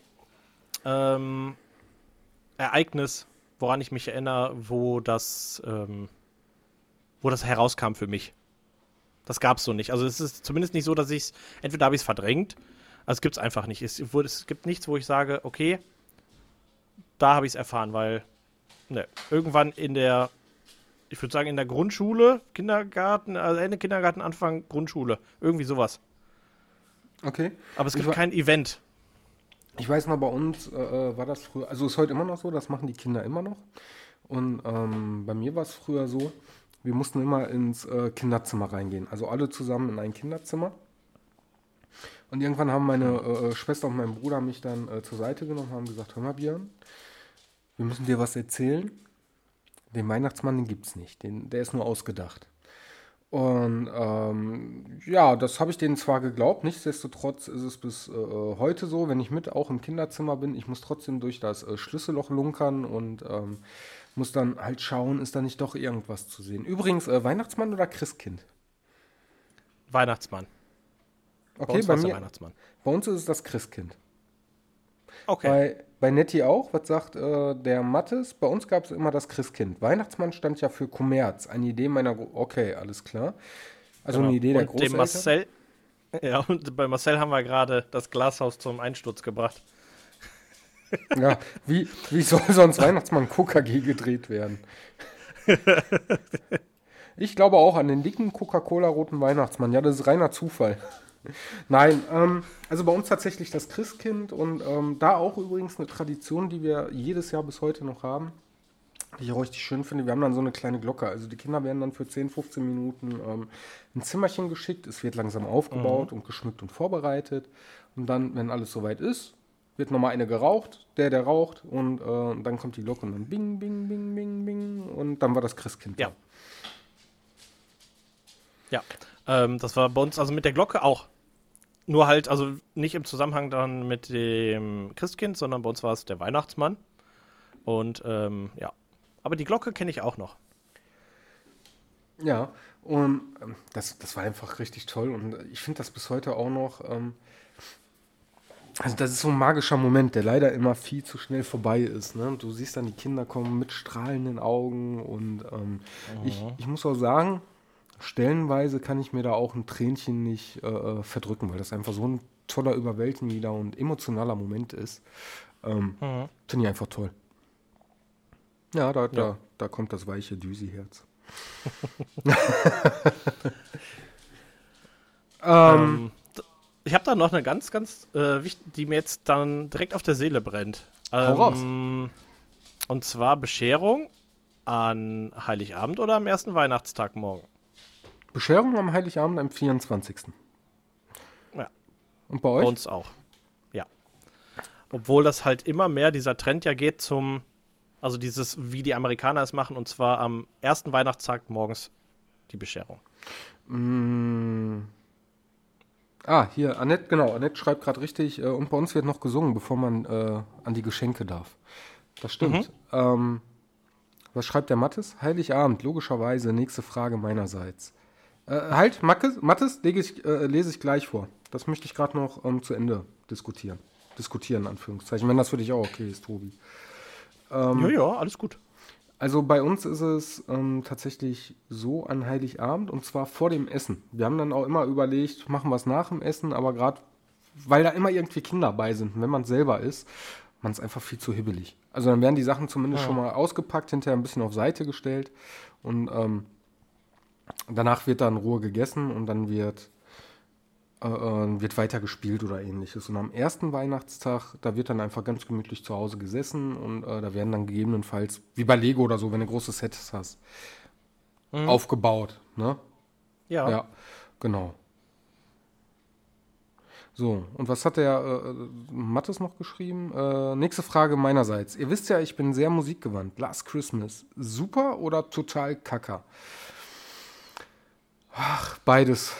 Ereignis, woran ich mich erinnere, wo das herauskam für mich. Das gab es so nicht. Also es ist zumindest nicht so, dass entweder habe ich es verdrängt, also es gibt es einfach nicht. Es gibt nichts, wo ich sage, okay, da habe ich es erfahren, weil irgendwann ich würde sagen in der Grundschule, Kindergarten, also Ende Kindergarten, Anfang Grundschule, irgendwie sowas. Okay. Aber es gibt kein Event. Ich weiß noch, bei uns war das früher, also ist heute immer noch so, das machen die Kinder immer noch. Und bei mir war es früher so, wir mussten immer ins Kinderzimmer reingehen. Also alle zusammen in ein Kinderzimmer. Und irgendwann haben meine Schwester und mein Bruder mich dann zur Seite genommen und haben gesagt, hör mal Björn, wir müssen dir was erzählen. Den Weihnachtsmann, den gibt's nicht. Der ist nur ausgedacht. Und ja, das habe ich denen zwar geglaubt, nichtsdestotrotz ist es bis heute so, wenn ich mit auch im Kinderzimmer bin, ich muss trotzdem durch das Schlüsselloch lunkern und muss dann halt schauen, ist da nicht doch irgendwas zu sehen. Übrigens, Weihnachtsmann oder Christkind? Weihnachtsmann. Bei Okay, uns war es der Weihnachtsmann. bei uns ist es das Christkind. Okay. Bei Netti auch, was sagt der Mattes? Bei uns gab es immer das Christkind. Weihnachtsmann stand ja für Kommerz. Eine Idee meiner. Okay, alles klar. Also Genau. eine Idee der Und dem Großeltern. Marcel, ja, und bei Marcel haben wir gerade das Glashaus zum Einsturz gebracht. Ja, wie soll sonst Weihnachtsmann KKG gedreht werden? Ich glaube auch an den dicken Coca-Cola-roten Weihnachtsmann. Ja, das ist reiner Zufall. Nein, also bei uns tatsächlich das Christkind und da auch übrigens eine Tradition, die wir jedes Jahr bis heute noch haben, die ich auch richtig schön finde. Wir haben dann so eine kleine Glocke. Also die Kinder werden dann für 10, 15 Minuten ein Zimmerchen geschickt. Es wird langsam aufgebaut und geschmückt und vorbereitet. Und dann, wenn alles soweit ist, wird nochmal eine geraucht, der raucht und dann kommt die Glocke und dann bing, bing, bing, bing, bing und dann war das Christkind da. Ja. Ja. Das war bei uns also mit der Glocke auch. Nur halt, also nicht im Zusammenhang dann mit dem Christkind, sondern bei uns war es der Weihnachtsmann. Und ja. Aber die Glocke kenne ich auch noch. Ja, und das war einfach richtig toll und ich finde das bis heute auch noch, also das ist so ein magischer Moment, der leider immer viel zu schnell vorbei ist. Ne? Du siehst dann die Kinder kommen mit strahlenden Augen und ich muss auch sagen, stellenweise kann ich mir da auch ein Tränchen nicht verdrücken, weil das einfach so ein toller, überwältigender und emotionaler Moment ist. Finde ich einfach toll. Ja, da kommt das weiche Düsi-Herz. Ich habe da noch eine ganz, ganz wichtige, die mir jetzt dann direkt auf der Seele brennt. Hau raus. Und zwar Bescherung an Heiligabend oder am ersten Weihnachtstag morgen. Bescherung am Heiligabend am 24. Ja. Und bei euch? Bei uns auch. Ja. Obwohl das halt immer mehr, dieser Trend ja geht also dieses, wie die Amerikaner es machen, und zwar am ersten Weihnachtstag morgens die Bescherung. Hier, Annette, genau, Annette schreibt gerade richtig, und bei uns wird noch gesungen, bevor man an die Geschenke darf. Das stimmt. Was schreibt der Mattes? Heiligabend, logischerweise, nächste Frage meinerseits. Mattes, lese ich gleich vor. Das möchte ich gerade noch zu Ende diskutieren. Diskutieren, in Anführungszeichen, wenn das für dich auch okay ist, Tobi. Ja, alles gut. Also bei uns ist es tatsächlich so an Heiligabend und zwar vor dem Essen. Wir haben dann auch immer überlegt, machen wir es nach dem Essen, aber gerade, weil da immer irgendwie Kinder bei sind, und wenn man es selber isst, man ist einfach viel zu hibbelig. Also dann werden die Sachen zumindest schon mal ausgepackt, hinterher ein bisschen auf Seite gestellt und danach wird da in Ruhe gegessen und dann wird weiter gespielt oder ähnliches. Und am ersten Weihnachtstag, da wird dann einfach ganz gemütlich zu Hause gesessen und da werden dann gegebenenfalls, wie bei Lego oder so, wenn du große Sets hast, aufgebaut. Ne? Ja. Ja, genau. So, und was hat der Mattes noch geschrieben? Nächste Frage meinerseits. Ihr wisst ja, ich bin sehr musikgewandt. Last Christmas, super oder total kacker? Ach, beides.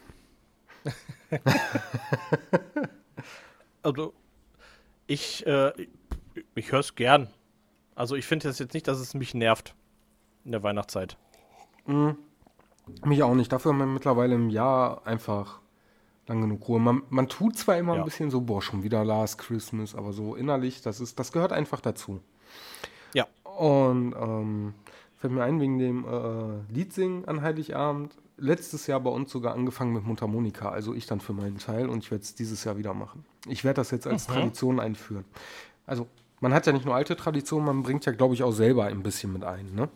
Also, ich höre es gern. Also, ich finde jetzt nicht, dass es mich nervt in der Weihnachtszeit. Mich auch nicht. Dafür haben wir mittlerweile im Jahr einfach lang genug Ruhe. Man tut zwar immer ein bisschen so, boah, schon wieder Last Christmas, aber so innerlich, das gehört einfach dazu. Ja. Und fällt mir ein, wegen dem Liedsingen an Heiligabend, letztes Jahr bei uns sogar angefangen mit Mundharmonika, also ich dann für meinen Teil und ich werde es dieses Jahr wieder machen. Ich werde das jetzt als Tradition einführen. Also man hat ja nicht nur alte Traditionen, man bringt ja, glaube ich, auch selber ein bisschen mit ein, ne?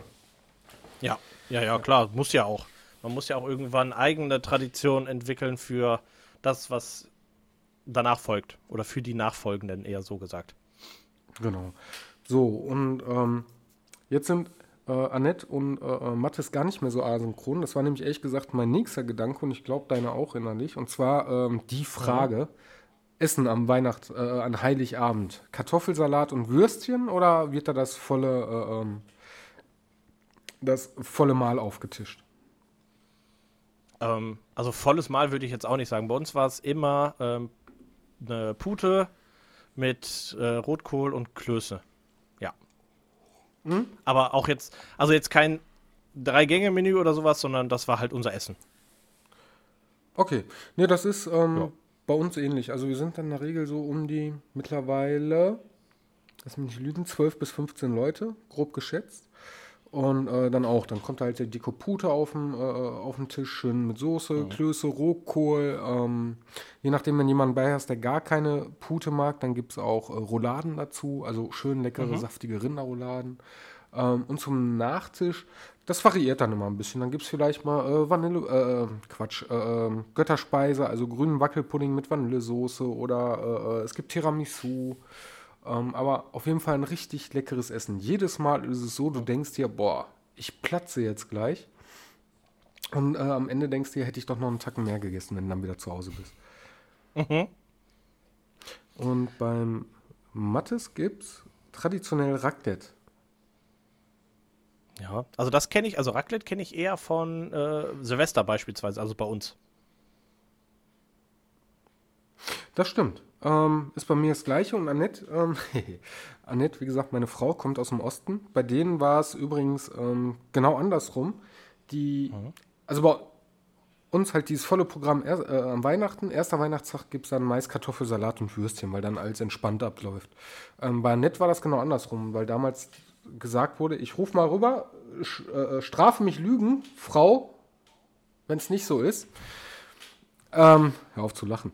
Ja, klar, muss ja auch. Man muss ja auch irgendwann eigene Tradition entwickeln für das, was danach folgt. Oder für die Nachfolgenden, eher so gesagt. Genau. So, und jetzt sind Annette und Mathis gar nicht mehr so asynchron. Das war nämlich ehrlich gesagt mein nächster Gedanke und ich glaube deine auch innerlich. Und zwar die Frage, Essen am an Heiligabend. Kartoffelsalat und Würstchen oder wird da das volle Mahl aufgetischt? Also volles Mahl würde ich jetzt auch nicht sagen. Bei uns war es immer eine Pute mit Rotkohl und Klöße. Ja. Aber auch jetzt, also jetzt kein 3-Gänge-Menü oder sowas, sondern das war halt unser Essen. Okay. Nee, das ist bei uns ähnlich. Also wir sind dann in der Regel so um die mittlerweile, lass mich nicht lügen, 12 bis 15 Leute, grob geschätzt. Und dann kommt halt der dicke Pute auf den Tisch, schön mit Soße, Klöße, Rohkohl. Je nachdem, wenn jemand bei hast, der gar keine Pute mag, dann gibt es auch Rouladen dazu, also schön leckere, saftige Rinderrouladen. Und zum Nachtisch, das variiert dann immer ein bisschen. Dann gibt es vielleicht mal Götterspeise, also grünen Wackelpudding mit Vanillesoße oder es gibt Tiramisu. Aber auf jeden Fall ein richtig leckeres Essen. Jedes Mal ist es so, du denkst dir, boah, ich platze jetzt gleich. Und am Ende denkst du dir, hätte ich doch noch einen Tacken mehr gegessen, wenn du dann wieder zu Hause bist. Und beim Mattes gibt's traditionell Raclette. Ja, also das kenne ich, also Raclette kenne ich eher von Silvester beispielsweise, also bei uns. Das stimmt. Ist bei mir das Gleiche. Und Annette, Annette, wie gesagt, meine Frau, kommt aus dem Osten. Bei denen war es übrigens genau andersrum. Also bei uns halt dieses volle Programm am Weihnachten. Erster Weihnachtstag gibt es dann Mais, Kartoffelsalat und Würstchen, weil dann alles entspannt abläuft. Bei Annette war das genau andersrum, weil damals gesagt wurde, ich rufe mal rüber, strafe mich Lügen, Frau, wenn es nicht so ist. Hör auf zu lachen.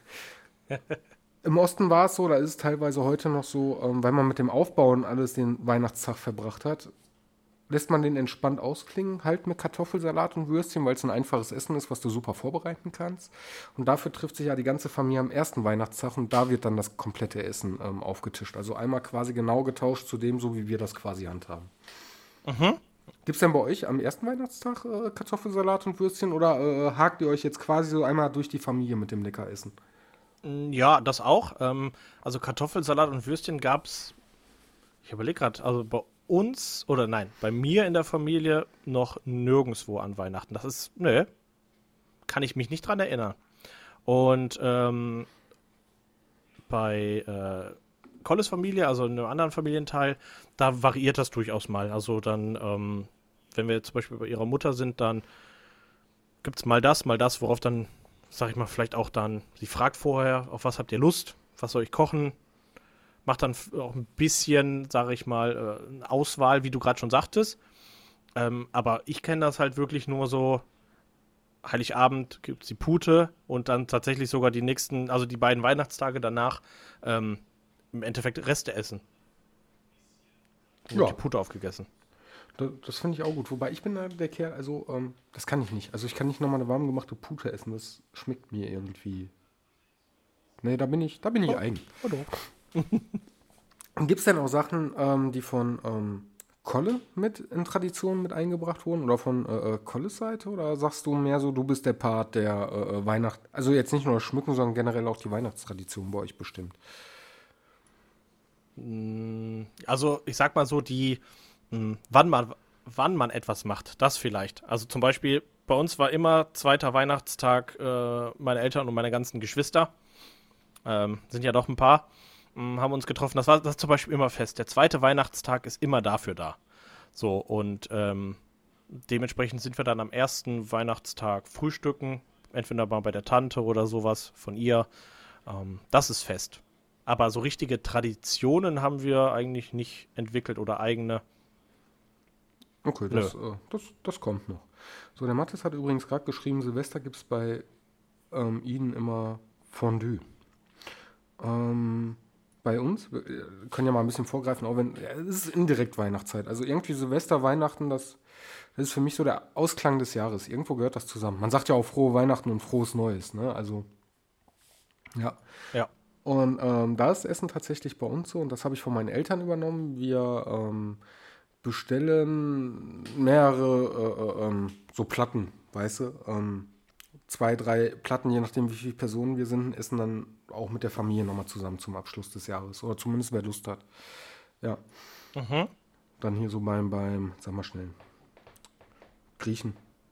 Im Osten war es so, da ist es teilweise heute noch so, weil man mit dem Aufbauen alles den Weihnachtstag verbracht hat, lässt man den entspannt ausklingen, halt mit Kartoffelsalat und Würstchen, weil es ein einfaches Essen ist, was du super vorbereiten kannst. Und dafür trifft sich ja die ganze Familie am ersten Weihnachtstag und da wird dann das komplette Essen aufgetischt. Also einmal quasi genau getauscht zu dem, so wie wir das quasi handhaben. Gibt es denn bei euch am ersten Weihnachtstag Kartoffelsalat und Würstchen oder hakt ihr euch jetzt quasi so einmal durch die Familie mit dem Leckeressen? Ja, das auch. Also Kartoffelsalat und Würstchen gab's, ich überlege gerade, also bei uns, oder nein, bei mir in der Familie noch nirgendwo an Weihnachten. Das ist, kann ich mich nicht dran erinnern. Und bei Colles Familie, also in einem anderen Familienteil, da variiert das durchaus mal. Also dann, wenn wir zum Beispiel bei ihrer Mutter sind, dann gibt's mal das, worauf dann, sag ich mal, vielleicht auch dann, sie fragt vorher, auf was habt ihr Lust, was soll ich kochen, macht dann auch ein bisschen, sag ich mal, eine Auswahl, wie du gerade schon sagtest. Aber ich kenne das halt wirklich nur so, Heiligabend gibt es die Pute und dann tatsächlich sogar die nächsten, also die beiden Weihnachtstage danach, im Endeffekt Reste essen. Und die Pute aufgegessen. Das finde ich auch gut. Wobei ich bin da der Kerl, also das kann ich nicht. Also ich kann nicht nochmal eine warm gemachte Pute essen. Das schmeckt mir irgendwie. Nee, da bin ich eigen. Gibt es denn auch Sachen, die von Kolle mit in Tradition mit eingebracht wurden? Oder von Kolles Seite? Oder sagst du mehr so, du bist der Part, der Weihnacht, also jetzt nicht nur das Schmücken, sondern generell auch die Weihnachtstradition bei euch bestimmt? Also ich sag mal so, wann man etwas macht, das vielleicht. Also zum Beispiel, bei uns war immer zweiter Weihnachtstag meine Eltern und meine ganzen Geschwister, sind ja doch ein paar, haben uns getroffen. Das ist zum Beispiel immer fest. Der zweite Weihnachtstag ist immer dafür da. So, und dementsprechend sind wir dann am ersten Weihnachtstag frühstücken, entweder mal bei der Tante oder sowas von ihr. Das ist fest. Aber so richtige Traditionen haben wir eigentlich nicht entwickelt oder eigene. Okay, das kommt noch. So, der Mathis hat übrigens gerade geschrieben, Silvester gibt es bei ihnen immer Fondue. Bei uns, wir können ja mal ein bisschen vorgreifen, auch wenn, ja, es ist indirekt Weihnachtszeit. Also irgendwie Silvester, Weihnachten, das ist für mich so der Ausklang des Jahres. Irgendwo gehört das zusammen. Man sagt ja auch frohe Weihnachten und frohes Neues, ne? Also, ja. Ja. Und da ist Essen tatsächlich bei uns so, und das habe ich von meinen Eltern übernommen. Wir bestellen mehrere so Platten, weißt du? 2, 3 Platten, je nachdem wie viele Personen wir sind, essen dann auch mit der Familie nochmal zusammen zum Abschluss des Jahres. Oder zumindest wer Lust hat. Ja. Dann hier so beim, sag mal schnell, Griechen.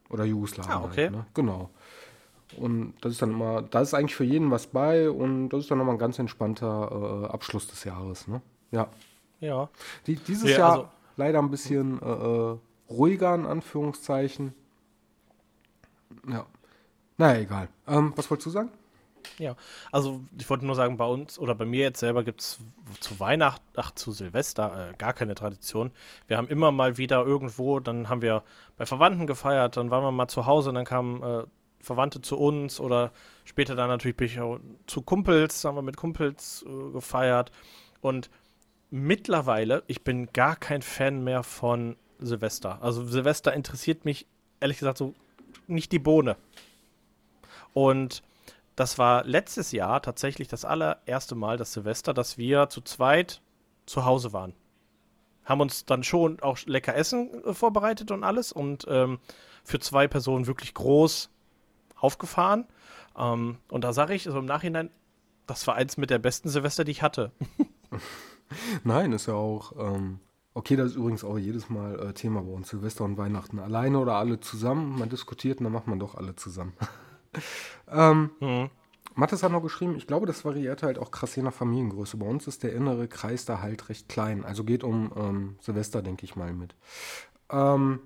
Oder Jugoslawien Okay. halt, ne? Genau. Und das ist dann immer, da ist eigentlich für jeden was bei und das ist dann nochmal ein ganz entspannter Abschluss des Jahres, ne? Ja. Ja. Dieses Nee, Jahr also, leider ein bisschen ruhiger, in Anführungszeichen. Ja. Naja, egal. Was wolltest du sagen? ja. Also ich wollte nur sagen, bei uns oder bei mir jetzt selber gibt es zu Weihnachten, zu Silvester gar keine Tradition. Wir haben immer mal wieder irgendwo, dann haben wir bei Verwandten gefeiert, dann waren wir mal zu Hause und dann kamen Verwandte zu uns oder später dann natürlich bin ich auch zu Kumpels, haben wir mit Kumpels gefeiert. Und mittlerweile, ich bin gar kein Fan mehr von Silvester. Also Silvester interessiert mich ehrlich gesagt so nicht die Bohne. Und das war letztes Jahr tatsächlich das allererste Mal, das Silvester, dass wir zu zweit zu Hause waren. Haben uns dann schon auch lecker Essen vorbereitet und alles und für zwei Personen wirklich groß aufgefahren. Und da sage ich so im Nachhinein, das war eins mit der besten Silvester, die ich hatte. Nein, ist ja auch. Okay, das ist übrigens auch jedes Mal Thema bei uns, Silvester und Weihnachten. Alleine oder alle zusammen. Man diskutiert und dann macht man doch alle zusammen. Mhm. Mathis hat noch geschrieben, ich glaube, das variiert halt auch krass je nach Familiengröße. Bei uns ist der innere Kreis da halt recht klein. Also geht um Silvester, denke ich mal, mit. Ähm,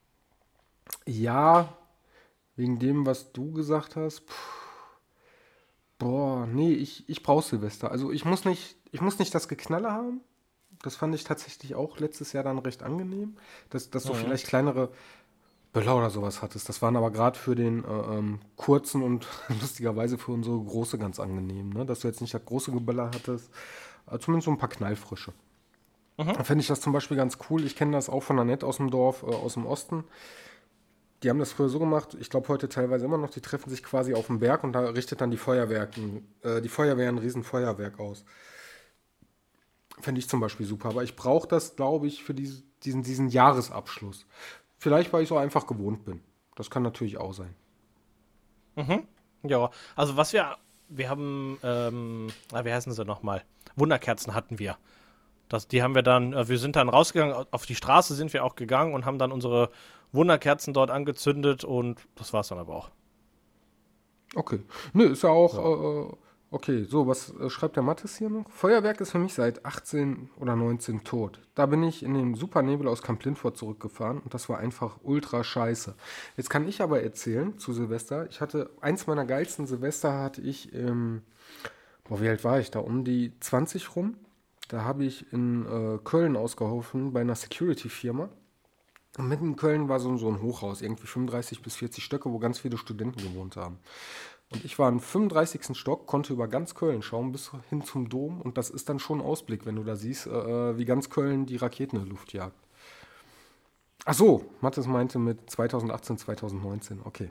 ja, wegen dem, was du gesagt hast. Boah, nee, ich brauche Silvester. Also ich muss nicht das Geknalle haben. Das fand ich tatsächlich auch letztes Jahr dann recht angenehm, dass du Mhm. vielleicht kleinere Böller oder sowas hattest. Das waren aber gerade für den kurzen und lustigerweise für unsere große ganz angenehm, ne? Dass du jetzt nicht das große Geböller hattest, zumindest so ein paar Knallfrische. Mhm. Da fände ich das zum Beispiel ganz cool. Ich kenne das auch von Annette aus dem Dorf, aus dem Osten. Die haben das früher so gemacht, ich glaube heute teilweise immer noch, die treffen sich quasi auf dem Berg und da richtet dann die Feuerwehr ein Riesenfeuerwerk aus. Fände ich zum Beispiel super. Aber ich brauche das, glaube ich, für diesen Jahresabschluss. Vielleicht, weil ich so einfach gewohnt bin. Das kann natürlich auch sein. Mhm. Ja, also wir haben, wie heißen sie nochmal? Wunderkerzen hatten wir. Die haben wir dann, wir sind dann rausgegangen, auf die Straße sind wir auch gegangen und haben dann unsere Wunderkerzen dort angezündet und das war es dann aber auch. Okay. Nö, ist ja auch Ja. okay. So, was schreibt der Mathis hier noch? Feuerwerk ist für mich seit 18 oder 19 tot. Da bin ich in den Supernebel aus Camp Lindfort zurückgefahren und das war einfach ultra scheiße. Jetzt kann ich aber erzählen zu Silvester. Ich hatte, eins meiner geilsten Silvester hatte ich boah, wie alt war ich da? Um die 20 rum. Da habe ich in Köln ausgeholfen bei einer Security-Firma. Und mitten in Köln war so ein Hochhaus, irgendwie 35 bis 40 Stöcke, wo ganz viele Studenten gewohnt haben. Und ich war im 35. Stock, konnte über ganz Köln schauen, bis hin zum Dom. Und das ist dann schon ein Ausblick, wenn du da siehst, wie ganz Köln die Raketen in die Luft jagt. Ach so, Mathis meinte mit 2018, 2019. Okay.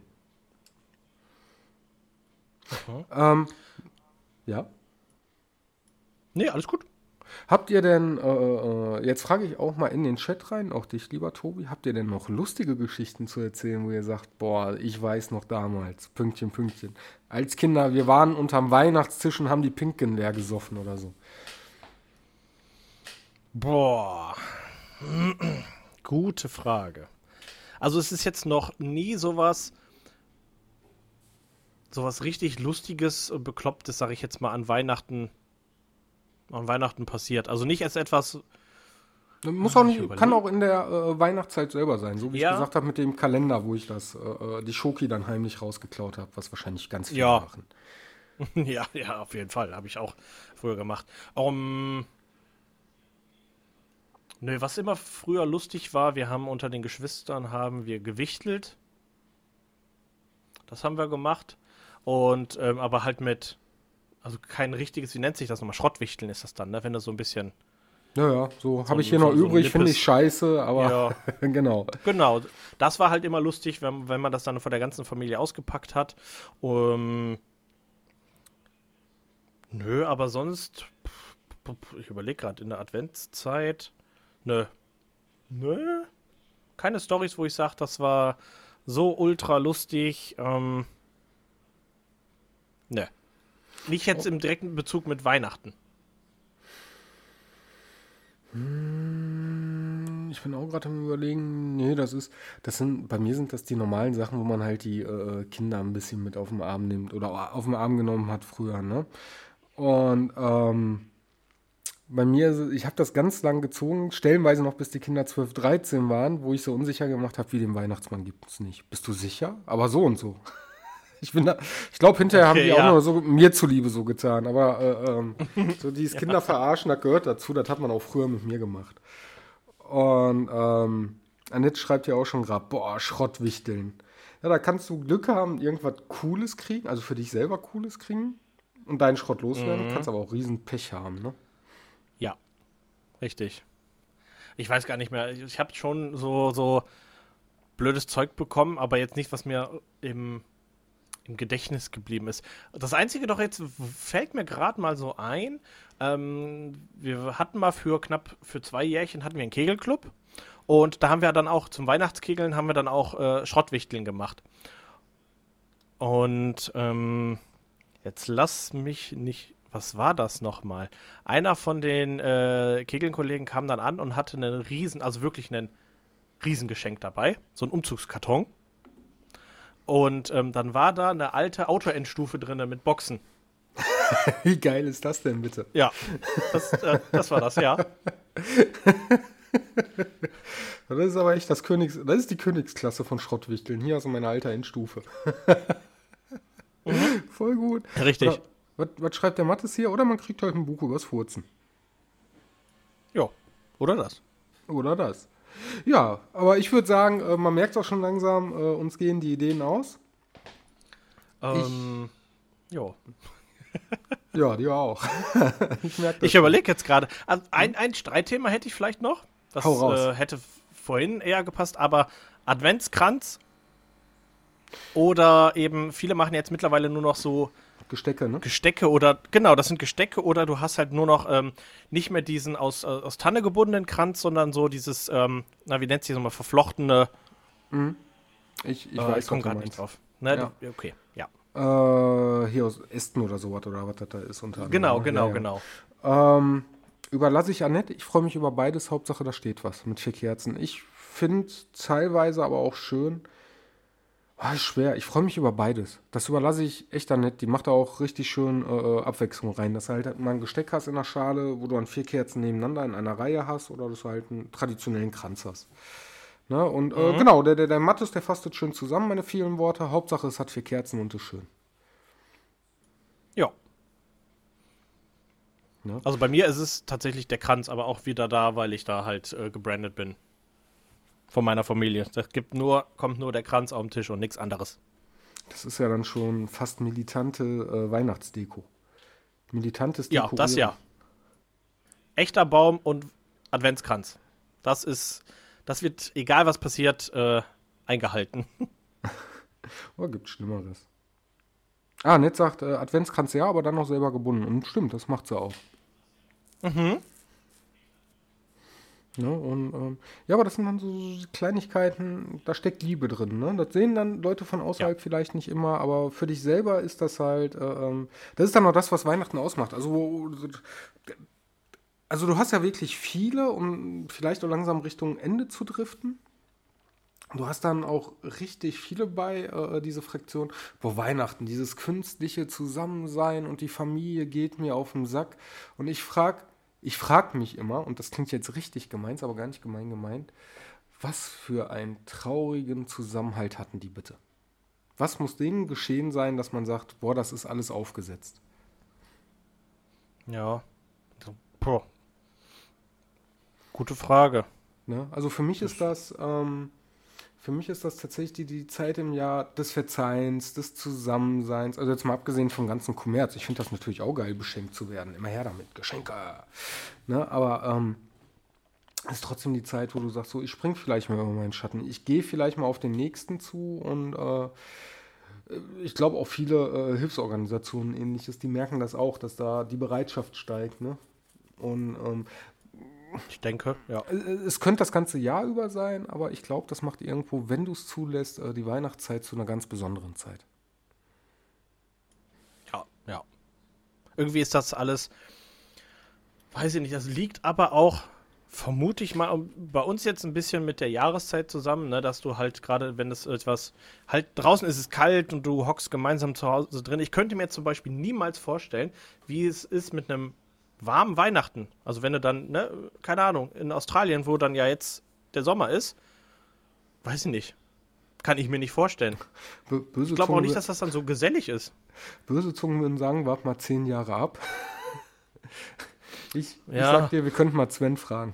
Mhm. Ja. Nee, alles gut. Habt ihr denn, jetzt frage ich auch mal in den Chat rein, auch dich, lieber Tobi, habt ihr denn noch lustige Geschichten zu erzählen, wo ihr sagt, boah, ich weiß noch damals, Pünktchen, Pünktchen. Als Kinder, wir waren unterm Weihnachtstisch und haben die Pinken leer gesoffen oder so. Boah, gute Frage. Also es ist jetzt noch nie sowas richtig Lustiges, Beklopptes, sage ich jetzt mal, an Weihnachten passiert. Also nicht als etwas, Muss auch ich nicht, kann überlege. auch in der Weihnachtszeit selber sein, so wie ich Ja, gesagt habe mit dem Kalender, wo ich die Schoki dann heimlich rausgeklaut habe, was wahrscheinlich ganz viele ja, machen. ja, ja, auf jeden Fall. Habe ich auch früher gemacht. Nö, was immer früher lustig war, wir haben unter den Geschwistern haben wir gewichtelt. Das haben wir gemacht. Und aber halt also kein richtiges, wie nennt sich das nochmal? Schrottwichteln ist das dann, ne? Wenn du so ein bisschen Naja, so habe ich hier noch so ein übrig, finde ich Nippes. scheiße, aber Ja, genau. genau. Das war halt immer lustig, wenn man das dann vor der ganzen Familie ausgepackt hat. Nö, aber sonst, ich überlege gerade, in der Adventszeit, nö, nö, keine Storys, wo ich sage, das war so ultra lustig. Nö. Nicht jetzt im direkten Bezug mit Weihnachten. Ich bin auch gerade am Überlegen, nee, bei mir sind das die normalen Sachen, wo man halt die Kinder ein bisschen mit auf den Arm nimmt oder auf den Arm genommen hat früher, ne? Und bei mir, ich habe das ganz lang gezogen, stellenweise noch bis die Kinder 12, 13 waren, wo ich so unsicher gemacht habe, wie den Weihnachtsmann gibt es nicht. Bist du sicher? Aber so und so. Ich glaube, hinterher haben die auch nur so mir zuliebe so getan. Aber so dieses Kinder verarschen, das gehört dazu. Das hat man auch früher mit mir gemacht. Und Annette schreibt ja auch schon gerade, boah, Schrottwichteln. Ja, da kannst du Glück haben, irgendwas Cooles kriegen, also für dich selber Cooles kriegen und deinen Schrott loswerden. Kannst aber auch riesen Pech haben, ne? Ja, richtig. Ich weiß gar nicht mehr. Ich habe schon so blödes Zeug bekommen, aber jetzt nicht, was mir im Gedächtnis geblieben ist. Das Einzige doch jetzt fällt mir gerade mal so ein, wir hatten mal für 2 Jährchen hatten wir einen Kegelclub und da haben wir dann auch zum Weihnachtskegeln haben wir dann auch Schrottwichteln gemacht. Und jetzt lass mich nicht, was war das nochmal? Einer von den Kegelkollegen kam dann an und hatte wirklich einen Riesengeschenk dabei, so ein Umzugskarton. Und dann war da eine alte Auto-Endstufe drin mit Boxen. Wie geil ist das denn bitte? Ja, das war das, ja. Das ist aber echt das ist die Königsklasse von Schrottwichteln. Hier hast du meine alte Endstufe. Voll gut. Richtig. Was schreibt der Mattes hier? Oder man kriegt halt ein Buch übers Furzen. Ja, oder das. Oder das. Ja, aber ich würde sagen, man merkt es auch schon langsam, uns gehen die Ideen aus. Ja. Ja, die auch. Ich überlege jetzt gerade. Also ein Streitthema hätte ich vielleicht noch. Das Hau raus. Hätte vorhin eher gepasst, aber Adventskranz oder eben, viele machen jetzt mittlerweile nur noch so Gestecke, ne? Gestecke oder, genau, das sind Gestecke oder du hast halt nur noch nicht mehr diesen aus Tanne gebundenen Kranz, sondern so dieses, wie nennt sich das nochmal, verflochtene. Ich weiß, ich komme gerade nicht drauf. Ne, ja. Okay, ja. Hier aus Ästen oder sowas oder was das da ist unter Genau, anderem. genau. Überlasse ich Annette. Ich freue mich über beides. Hauptsache, da steht was mit 4 Kerzen. Ich finde teilweise aber auch schön. Ist schwer. Ich freue mich über beides. Das überlasse ich echt Annette. Die macht da auch richtig schön Abwechslung rein. Dass du halt mal ein Gesteck hast in der Schale, wo du dann 4 Kerzen nebeneinander in einer Reihe hast oder dass du halt einen traditionellen Kranz hast. Ne? Und genau, der Mattes, der fasst das schön zusammen, meine vielen Worte. Hauptsache, es hat 4 Kerzen und ist schön. Ja. Ne? Also bei mir ist es tatsächlich der Kranz, aber auch wieder da, weil ich da halt gebrandet bin. Von meiner Familie. Das kommt nur der Kranz auf den Tisch und nichts anderes. Das ist ja dann schon fast militante Weihnachtsdeko. Militantes Deko. Ja, das ja. Echter Baum und Adventskranz. Das wird, egal was passiert, eingehalten. Gibt Schlimmeres. Nett sagt, Adventskranz ja, aber dann noch selber gebunden. Und stimmt, das macht sie auch. Ne, und aber das sind dann so Kleinigkeiten, da steckt Liebe drin. Ne? Das sehen dann Leute von außerhalb vielleicht nicht immer, aber für dich selber ist das halt, das ist dann noch das, was Weihnachten ausmacht. Also du hast ja wirklich viele, um vielleicht auch langsam Richtung Ende zu driften. Du hast dann auch richtig viele bei, diese Fraktion. Weihnachten, dieses künstliche Zusammensein und die Familie geht mir auf den Sack. Und ich frag mich immer, und das klingt jetzt richtig gemein, ist aber gar nicht gemeint, was für einen traurigen Zusammenhalt hatten die bitte? Was muss denen geschehen sein, dass man sagt, boah, das ist alles aufgesetzt? Ja. Gute Frage. Ne? Also für mich ist das tatsächlich die Zeit im Jahr des Verzeihens, des Zusammenseins. Also jetzt mal abgesehen vom ganzen Kommerz. Ich finde das natürlich auch geil, beschenkt zu werden. Immer her damit, Geschenke. Ne? Aber ist trotzdem die Zeit, wo du sagst, so, ich spring vielleicht mal über meinen Schatten. Ich gehe vielleicht mal auf den Nächsten zu und ich glaube auch viele Hilfsorganisationen und Ähnliches, die merken das auch, dass da die Bereitschaft steigt. Ne? Und ich denke, ja. es könnte das ganze Jahr über sein, aber ich glaube, das macht irgendwo, wenn du es zulässt, die Weihnachtszeit zu einer ganz besonderen Zeit. Ja. Irgendwie ist das alles, weiß ich nicht, das liegt aber auch Vermute ich mal, bei uns jetzt ein bisschen mit der Jahreszeit zusammen, ne, dass du halt gerade, wenn es etwas, halt draußen ist es kalt und du hockst gemeinsam zu Hause drin. Ich könnte mir jetzt zum Beispiel niemals vorstellen, wie es ist mit einem warmen Weihnachten. Also wenn du dann, ne, keine Ahnung, in Australien, wo dann ja jetzt der Sommer ist, weiß ich nicht. Kann ich mir nicht vorstellen. Ich glaube auch nicht, dass das dann so gesellig ist. Böse Zungen würden sagen, wart mal 10 Jahre ab. Ich sag dir, wir könnten mal Sven fragen.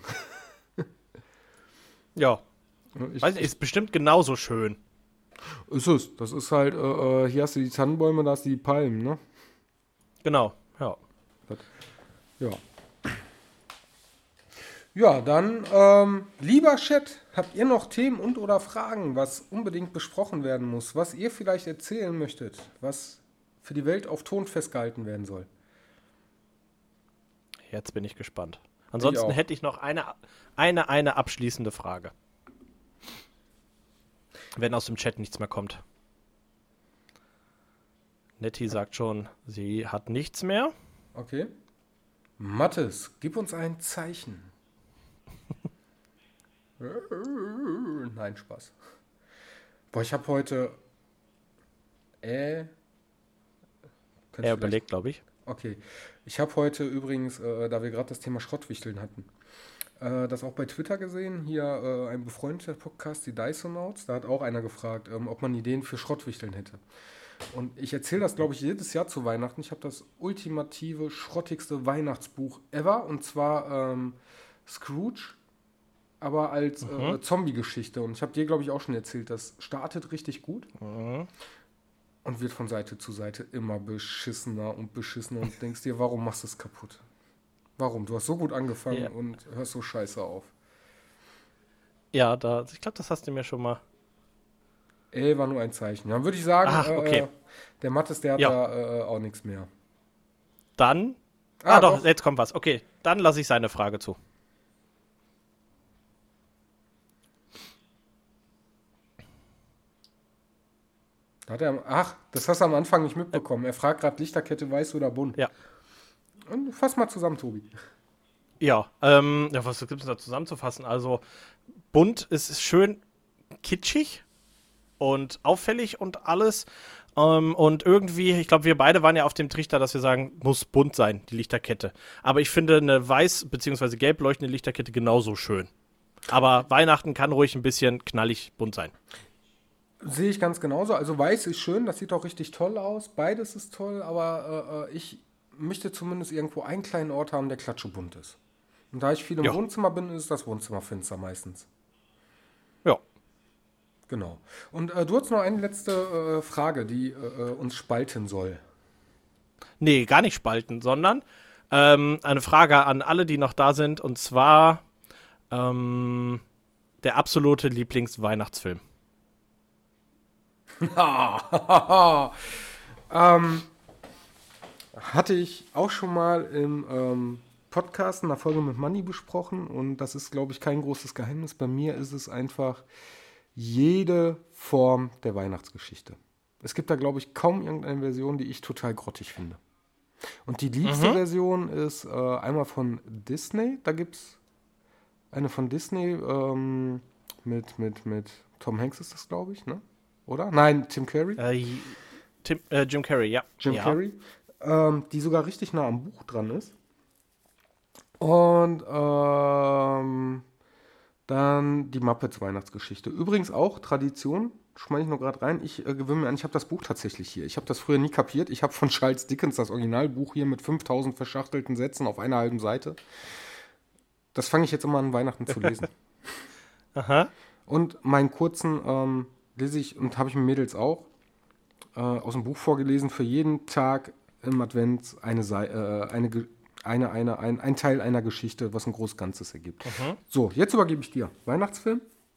Ja. Weiß nicht, ist bestimmt genauso schön. Ist es. Das ist halt, hier hast du die Tannenbäume, da hast du die Palmen, ne? Genau, ja. Ja. Ja, dann, lieber Chat, habt ihr noch Themen und oder Fragen, was unbedingt besprochen werden muss, was ihr vielleicht erzählen möchtet, was für die Welt auf Ton festgehalten werden soll? Jetzt bin ich gespannt. Ansonsten hätte ich noch eine abschließende Frage. Wenn aus dem Chat nichts mehr kommt. Nettie sagt schon, sie hat nichts mehr. Okay. Mathis, gib uns ein Zeichen. Nein, Spaß. Boah, ich habe heute... Er überlegt, glaube ich. Okay. Ich habe heute übrigens, da wir gerade das Thema Schrottwichteln hatten, das auch bei Twitter gesehen. Hier ein befreundeter Podcast, die Dysonauts, da hat auch einer gefragt, ob man Ideen für Schrottwichteln hätte. Und ich erzähle das, glaube ich, jedes Jahr zu Weihnachten. Ich habe das ultimative, schrottigste Weihnachtsbuch ever. Und zwar Scrooge, aber als Zombie-Geschichte. Und ich habe dir, glaube ich, auch schon erzählt, das startet richtig gut. Und wird von Seite zu Seite immer beschissener und denkst dir, warum machst du es kaputt? Warum? Du hast so gut angefangen und hörst so scheiße auf. Ja, ich glaube, das hast du mir schon mal... War nur ein Zeichen. Dann würde ich sagen, okay. Der Mathis, der hat da auch nichts mehr. Dann? Doch, jetzt kommt was. Okay, dann lasse ich seine Frage zu. Das hast du am Anfang nicht mitbekommen. Er fragt gerade Lichterkette weiß oder bunt. Ja. Und fass mal zusammen, Tobi. Ja, was gibt es da zusammenzufassen? Also, bunt ist schön kitschig und auffällig und alles. Und irgendwie, ich glaube, wir beide waren ja auf dem Trichter, dass wir sagen, muss bunt sein, die Lichterkette. Aber ich finde eine weiß- bzw. gelb leuchtende Lichterkette genauso schön. Aber Weihnachten kann ruhig ein bisschen knallig bunt sein. Sehe ich ganz genauso. Also weiß ist schön, das sieht auch richtig toll aus. Beides ist toll, aber ich möchte zumindest irgendwo einen kleinen Ort haben, der klatschebunt ist. Und da ich viel im Wohnzimmer bin, ist das Wohnzimmer finster meistens. Ja. Genau. Und du hast noch eine letzte Frage, die uns spalten soll. Nee, gar nicht spalten, sondern eine Frage an alle, die noch da sind. Und zwar der absolute Lieblingsweihnachtsfilm. Hatte ich auch schon mal im Podcast in einer Folge mit Manni besprochen und das ist, glaube ich, kein großes Geheimnis. Bei mir ist es einfach jede Form der Weihnachtsgeschichte. Es gibt da, glaube ich, kaum irgendeine Version, die ich total grottig finde. Und die liebste Version ist einmal von Disney. Da gibt es eine von Disney mit Tom Hanks ist das, glaube ich, ne? Oder? Nein, Tim Curry. Jim Carrey, ja. Jim Carrey. Die sogar richtig nah am Buch dran ist. Und dann die Muppets Weihnachtsgeschichte. Übrigens auch Tradition, schmeiße ich nur gerade rein. Ich gewöhne mir an, ich habe das Buch tatsächlich hier. Ich habe das früher nie kapiert. Ich habe von Charles Dickens das Originalbuch hier mit 5000 verschachtelten Sätzen auf einer halben Seite. Das fange ich jetzt immer an Weihnachten zu lesen. Aha. Und meinen kurzen lese ich und habe ich mit Mädels auch aus dem Buch vorgelesen, für jeden Tag im Advent ein Teil einer Geschichte, was ein großes Ganzes ergibt. So, jetzt übergebe ich dir. Weihnachtsfilm?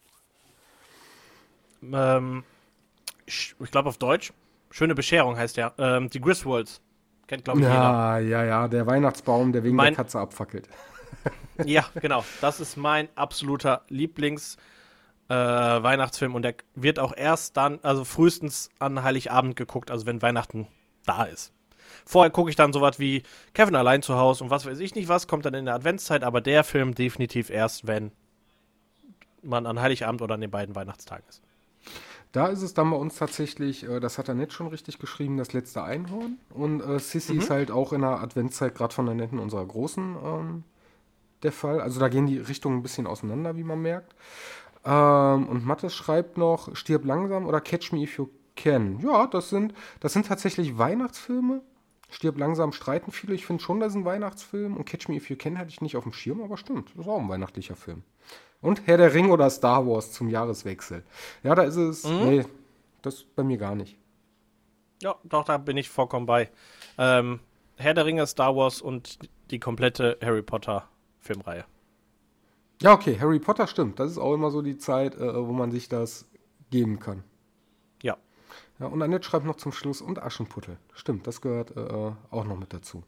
Ich glaube auf Deutsch. Schöne Bescherung heißt der. Die Griswolds. Kennt, glaube ich, jeder. Ja, der Weihnachtsbaum, der wegen der Katze abfackelt. Ja, genau. Das ist mein absoluter Weihnachtsfilm und der wird auch erst dann, also frühestens an Heiligabend geguckt, also wenn Weihnachten da ist. Vorher gucke ich dann sowas wie Kevin allein zu Hause und was weiß ich nicht was, kommt dann in der Adventszeit, aber der Film definitiv erst, wenn man an Heiligabend oder an den beiden Weihnachtstagen ist. Da ist es dann bei uns tatsächlich, das hat Annette schon richtig geschrieben, das letzte Einhorn. Und Sissy ist halt auch in der Adventszeit, gerade von Annette in unserer Großen, der Fall. Also da gehen die Richtungen ein bisschen auseinander, wie man merkt. Und Mattes schreibt noch, Stirb langsam oder Catch Me If You Can. Ja, das sind tatsächlich Weihnachtsfilme. Stirb langsam streiten viele. Ich finde schon, das ist ein Weihnachtsfilm. Und Catch Me If You Can hatte ich nicht auf dem Schirm, aber stimmt, das ist auch ein weihnachtlicher Film. Und Herr der Ring oder Star Wars zum Jahreswechsel. Ja, da ist es. Nee, das bei mir gar nicht. Ja, doch, da bin ich vollkommen bei. Herr der Ringe, Star Wars und die komplette Harry Potter Filmreihe. Ja, okay, Harry Potter stimmt. Das ist auch immer so die Zeit, wo man sich das geben kann. Ja. Ja, und Annette schreibt noch zum Schluss und Aschenputtel. Stimmt, das gehört auch noch mit dazu.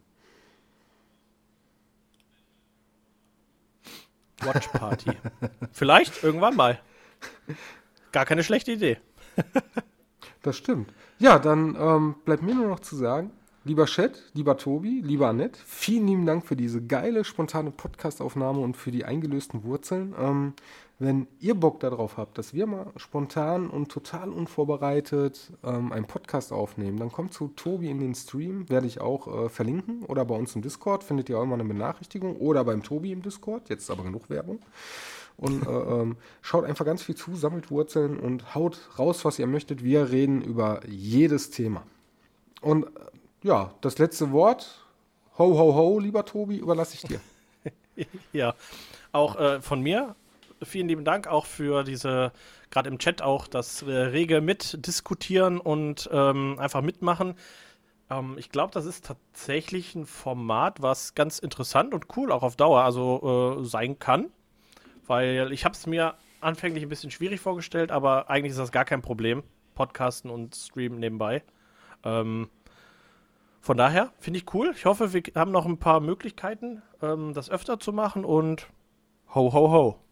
Watch Party. Vielleicht irgendwann mal. Gar keine schlechte Idee. Das stimmt. Ja, dann bleibt mir nur noch zu sagen, lieber Chat, lieber Tobi, lieber Annette, vielen lieben Dank für diese geile, spontane Podcast-Aufnahme und für die eingelösten Wurzeln. Wenn ihr Bock darauf habt, dass wir mal spontan und total unvorbereitet einen Podcast aufnehmen, dann kommt zu Tobi in den Stream, werde ich auch verlinken. Oder bei uns im Discord findet ihr auch immer eine Benachrichtigung. Oder beim Tobi im Discord, jetzt aber genug Werbung. Und schaut einfach ganz viel zu, sammelt Wurzeln und haut raus, was ihr möchtet. Wir reden über jedes Thema. Und ja, das letzte Wort, ho, ho, ho, lieber Tobi, überlasse ich dir. Ja, auch von mir. Vielen lieben Dank auch für diese, gerade im Chat auch, das rege Mitdiskutieren und einfach mitmachen. Ich glaube, das ist tatsächlich ein Format, was ganz interessant und cool auch auf Dauer sein kann. Weil ich habe es mir anfänglich ein bisschen schwierig vorgestellt, aber eigentlich ist das gar kein Problem. Podcasten und Streamen nebenbei. Von daher finde ich cool. Ich hoffe, wir haben noch ein paar Möglichkeiten, das öfter zu machen und ho, ho, ho.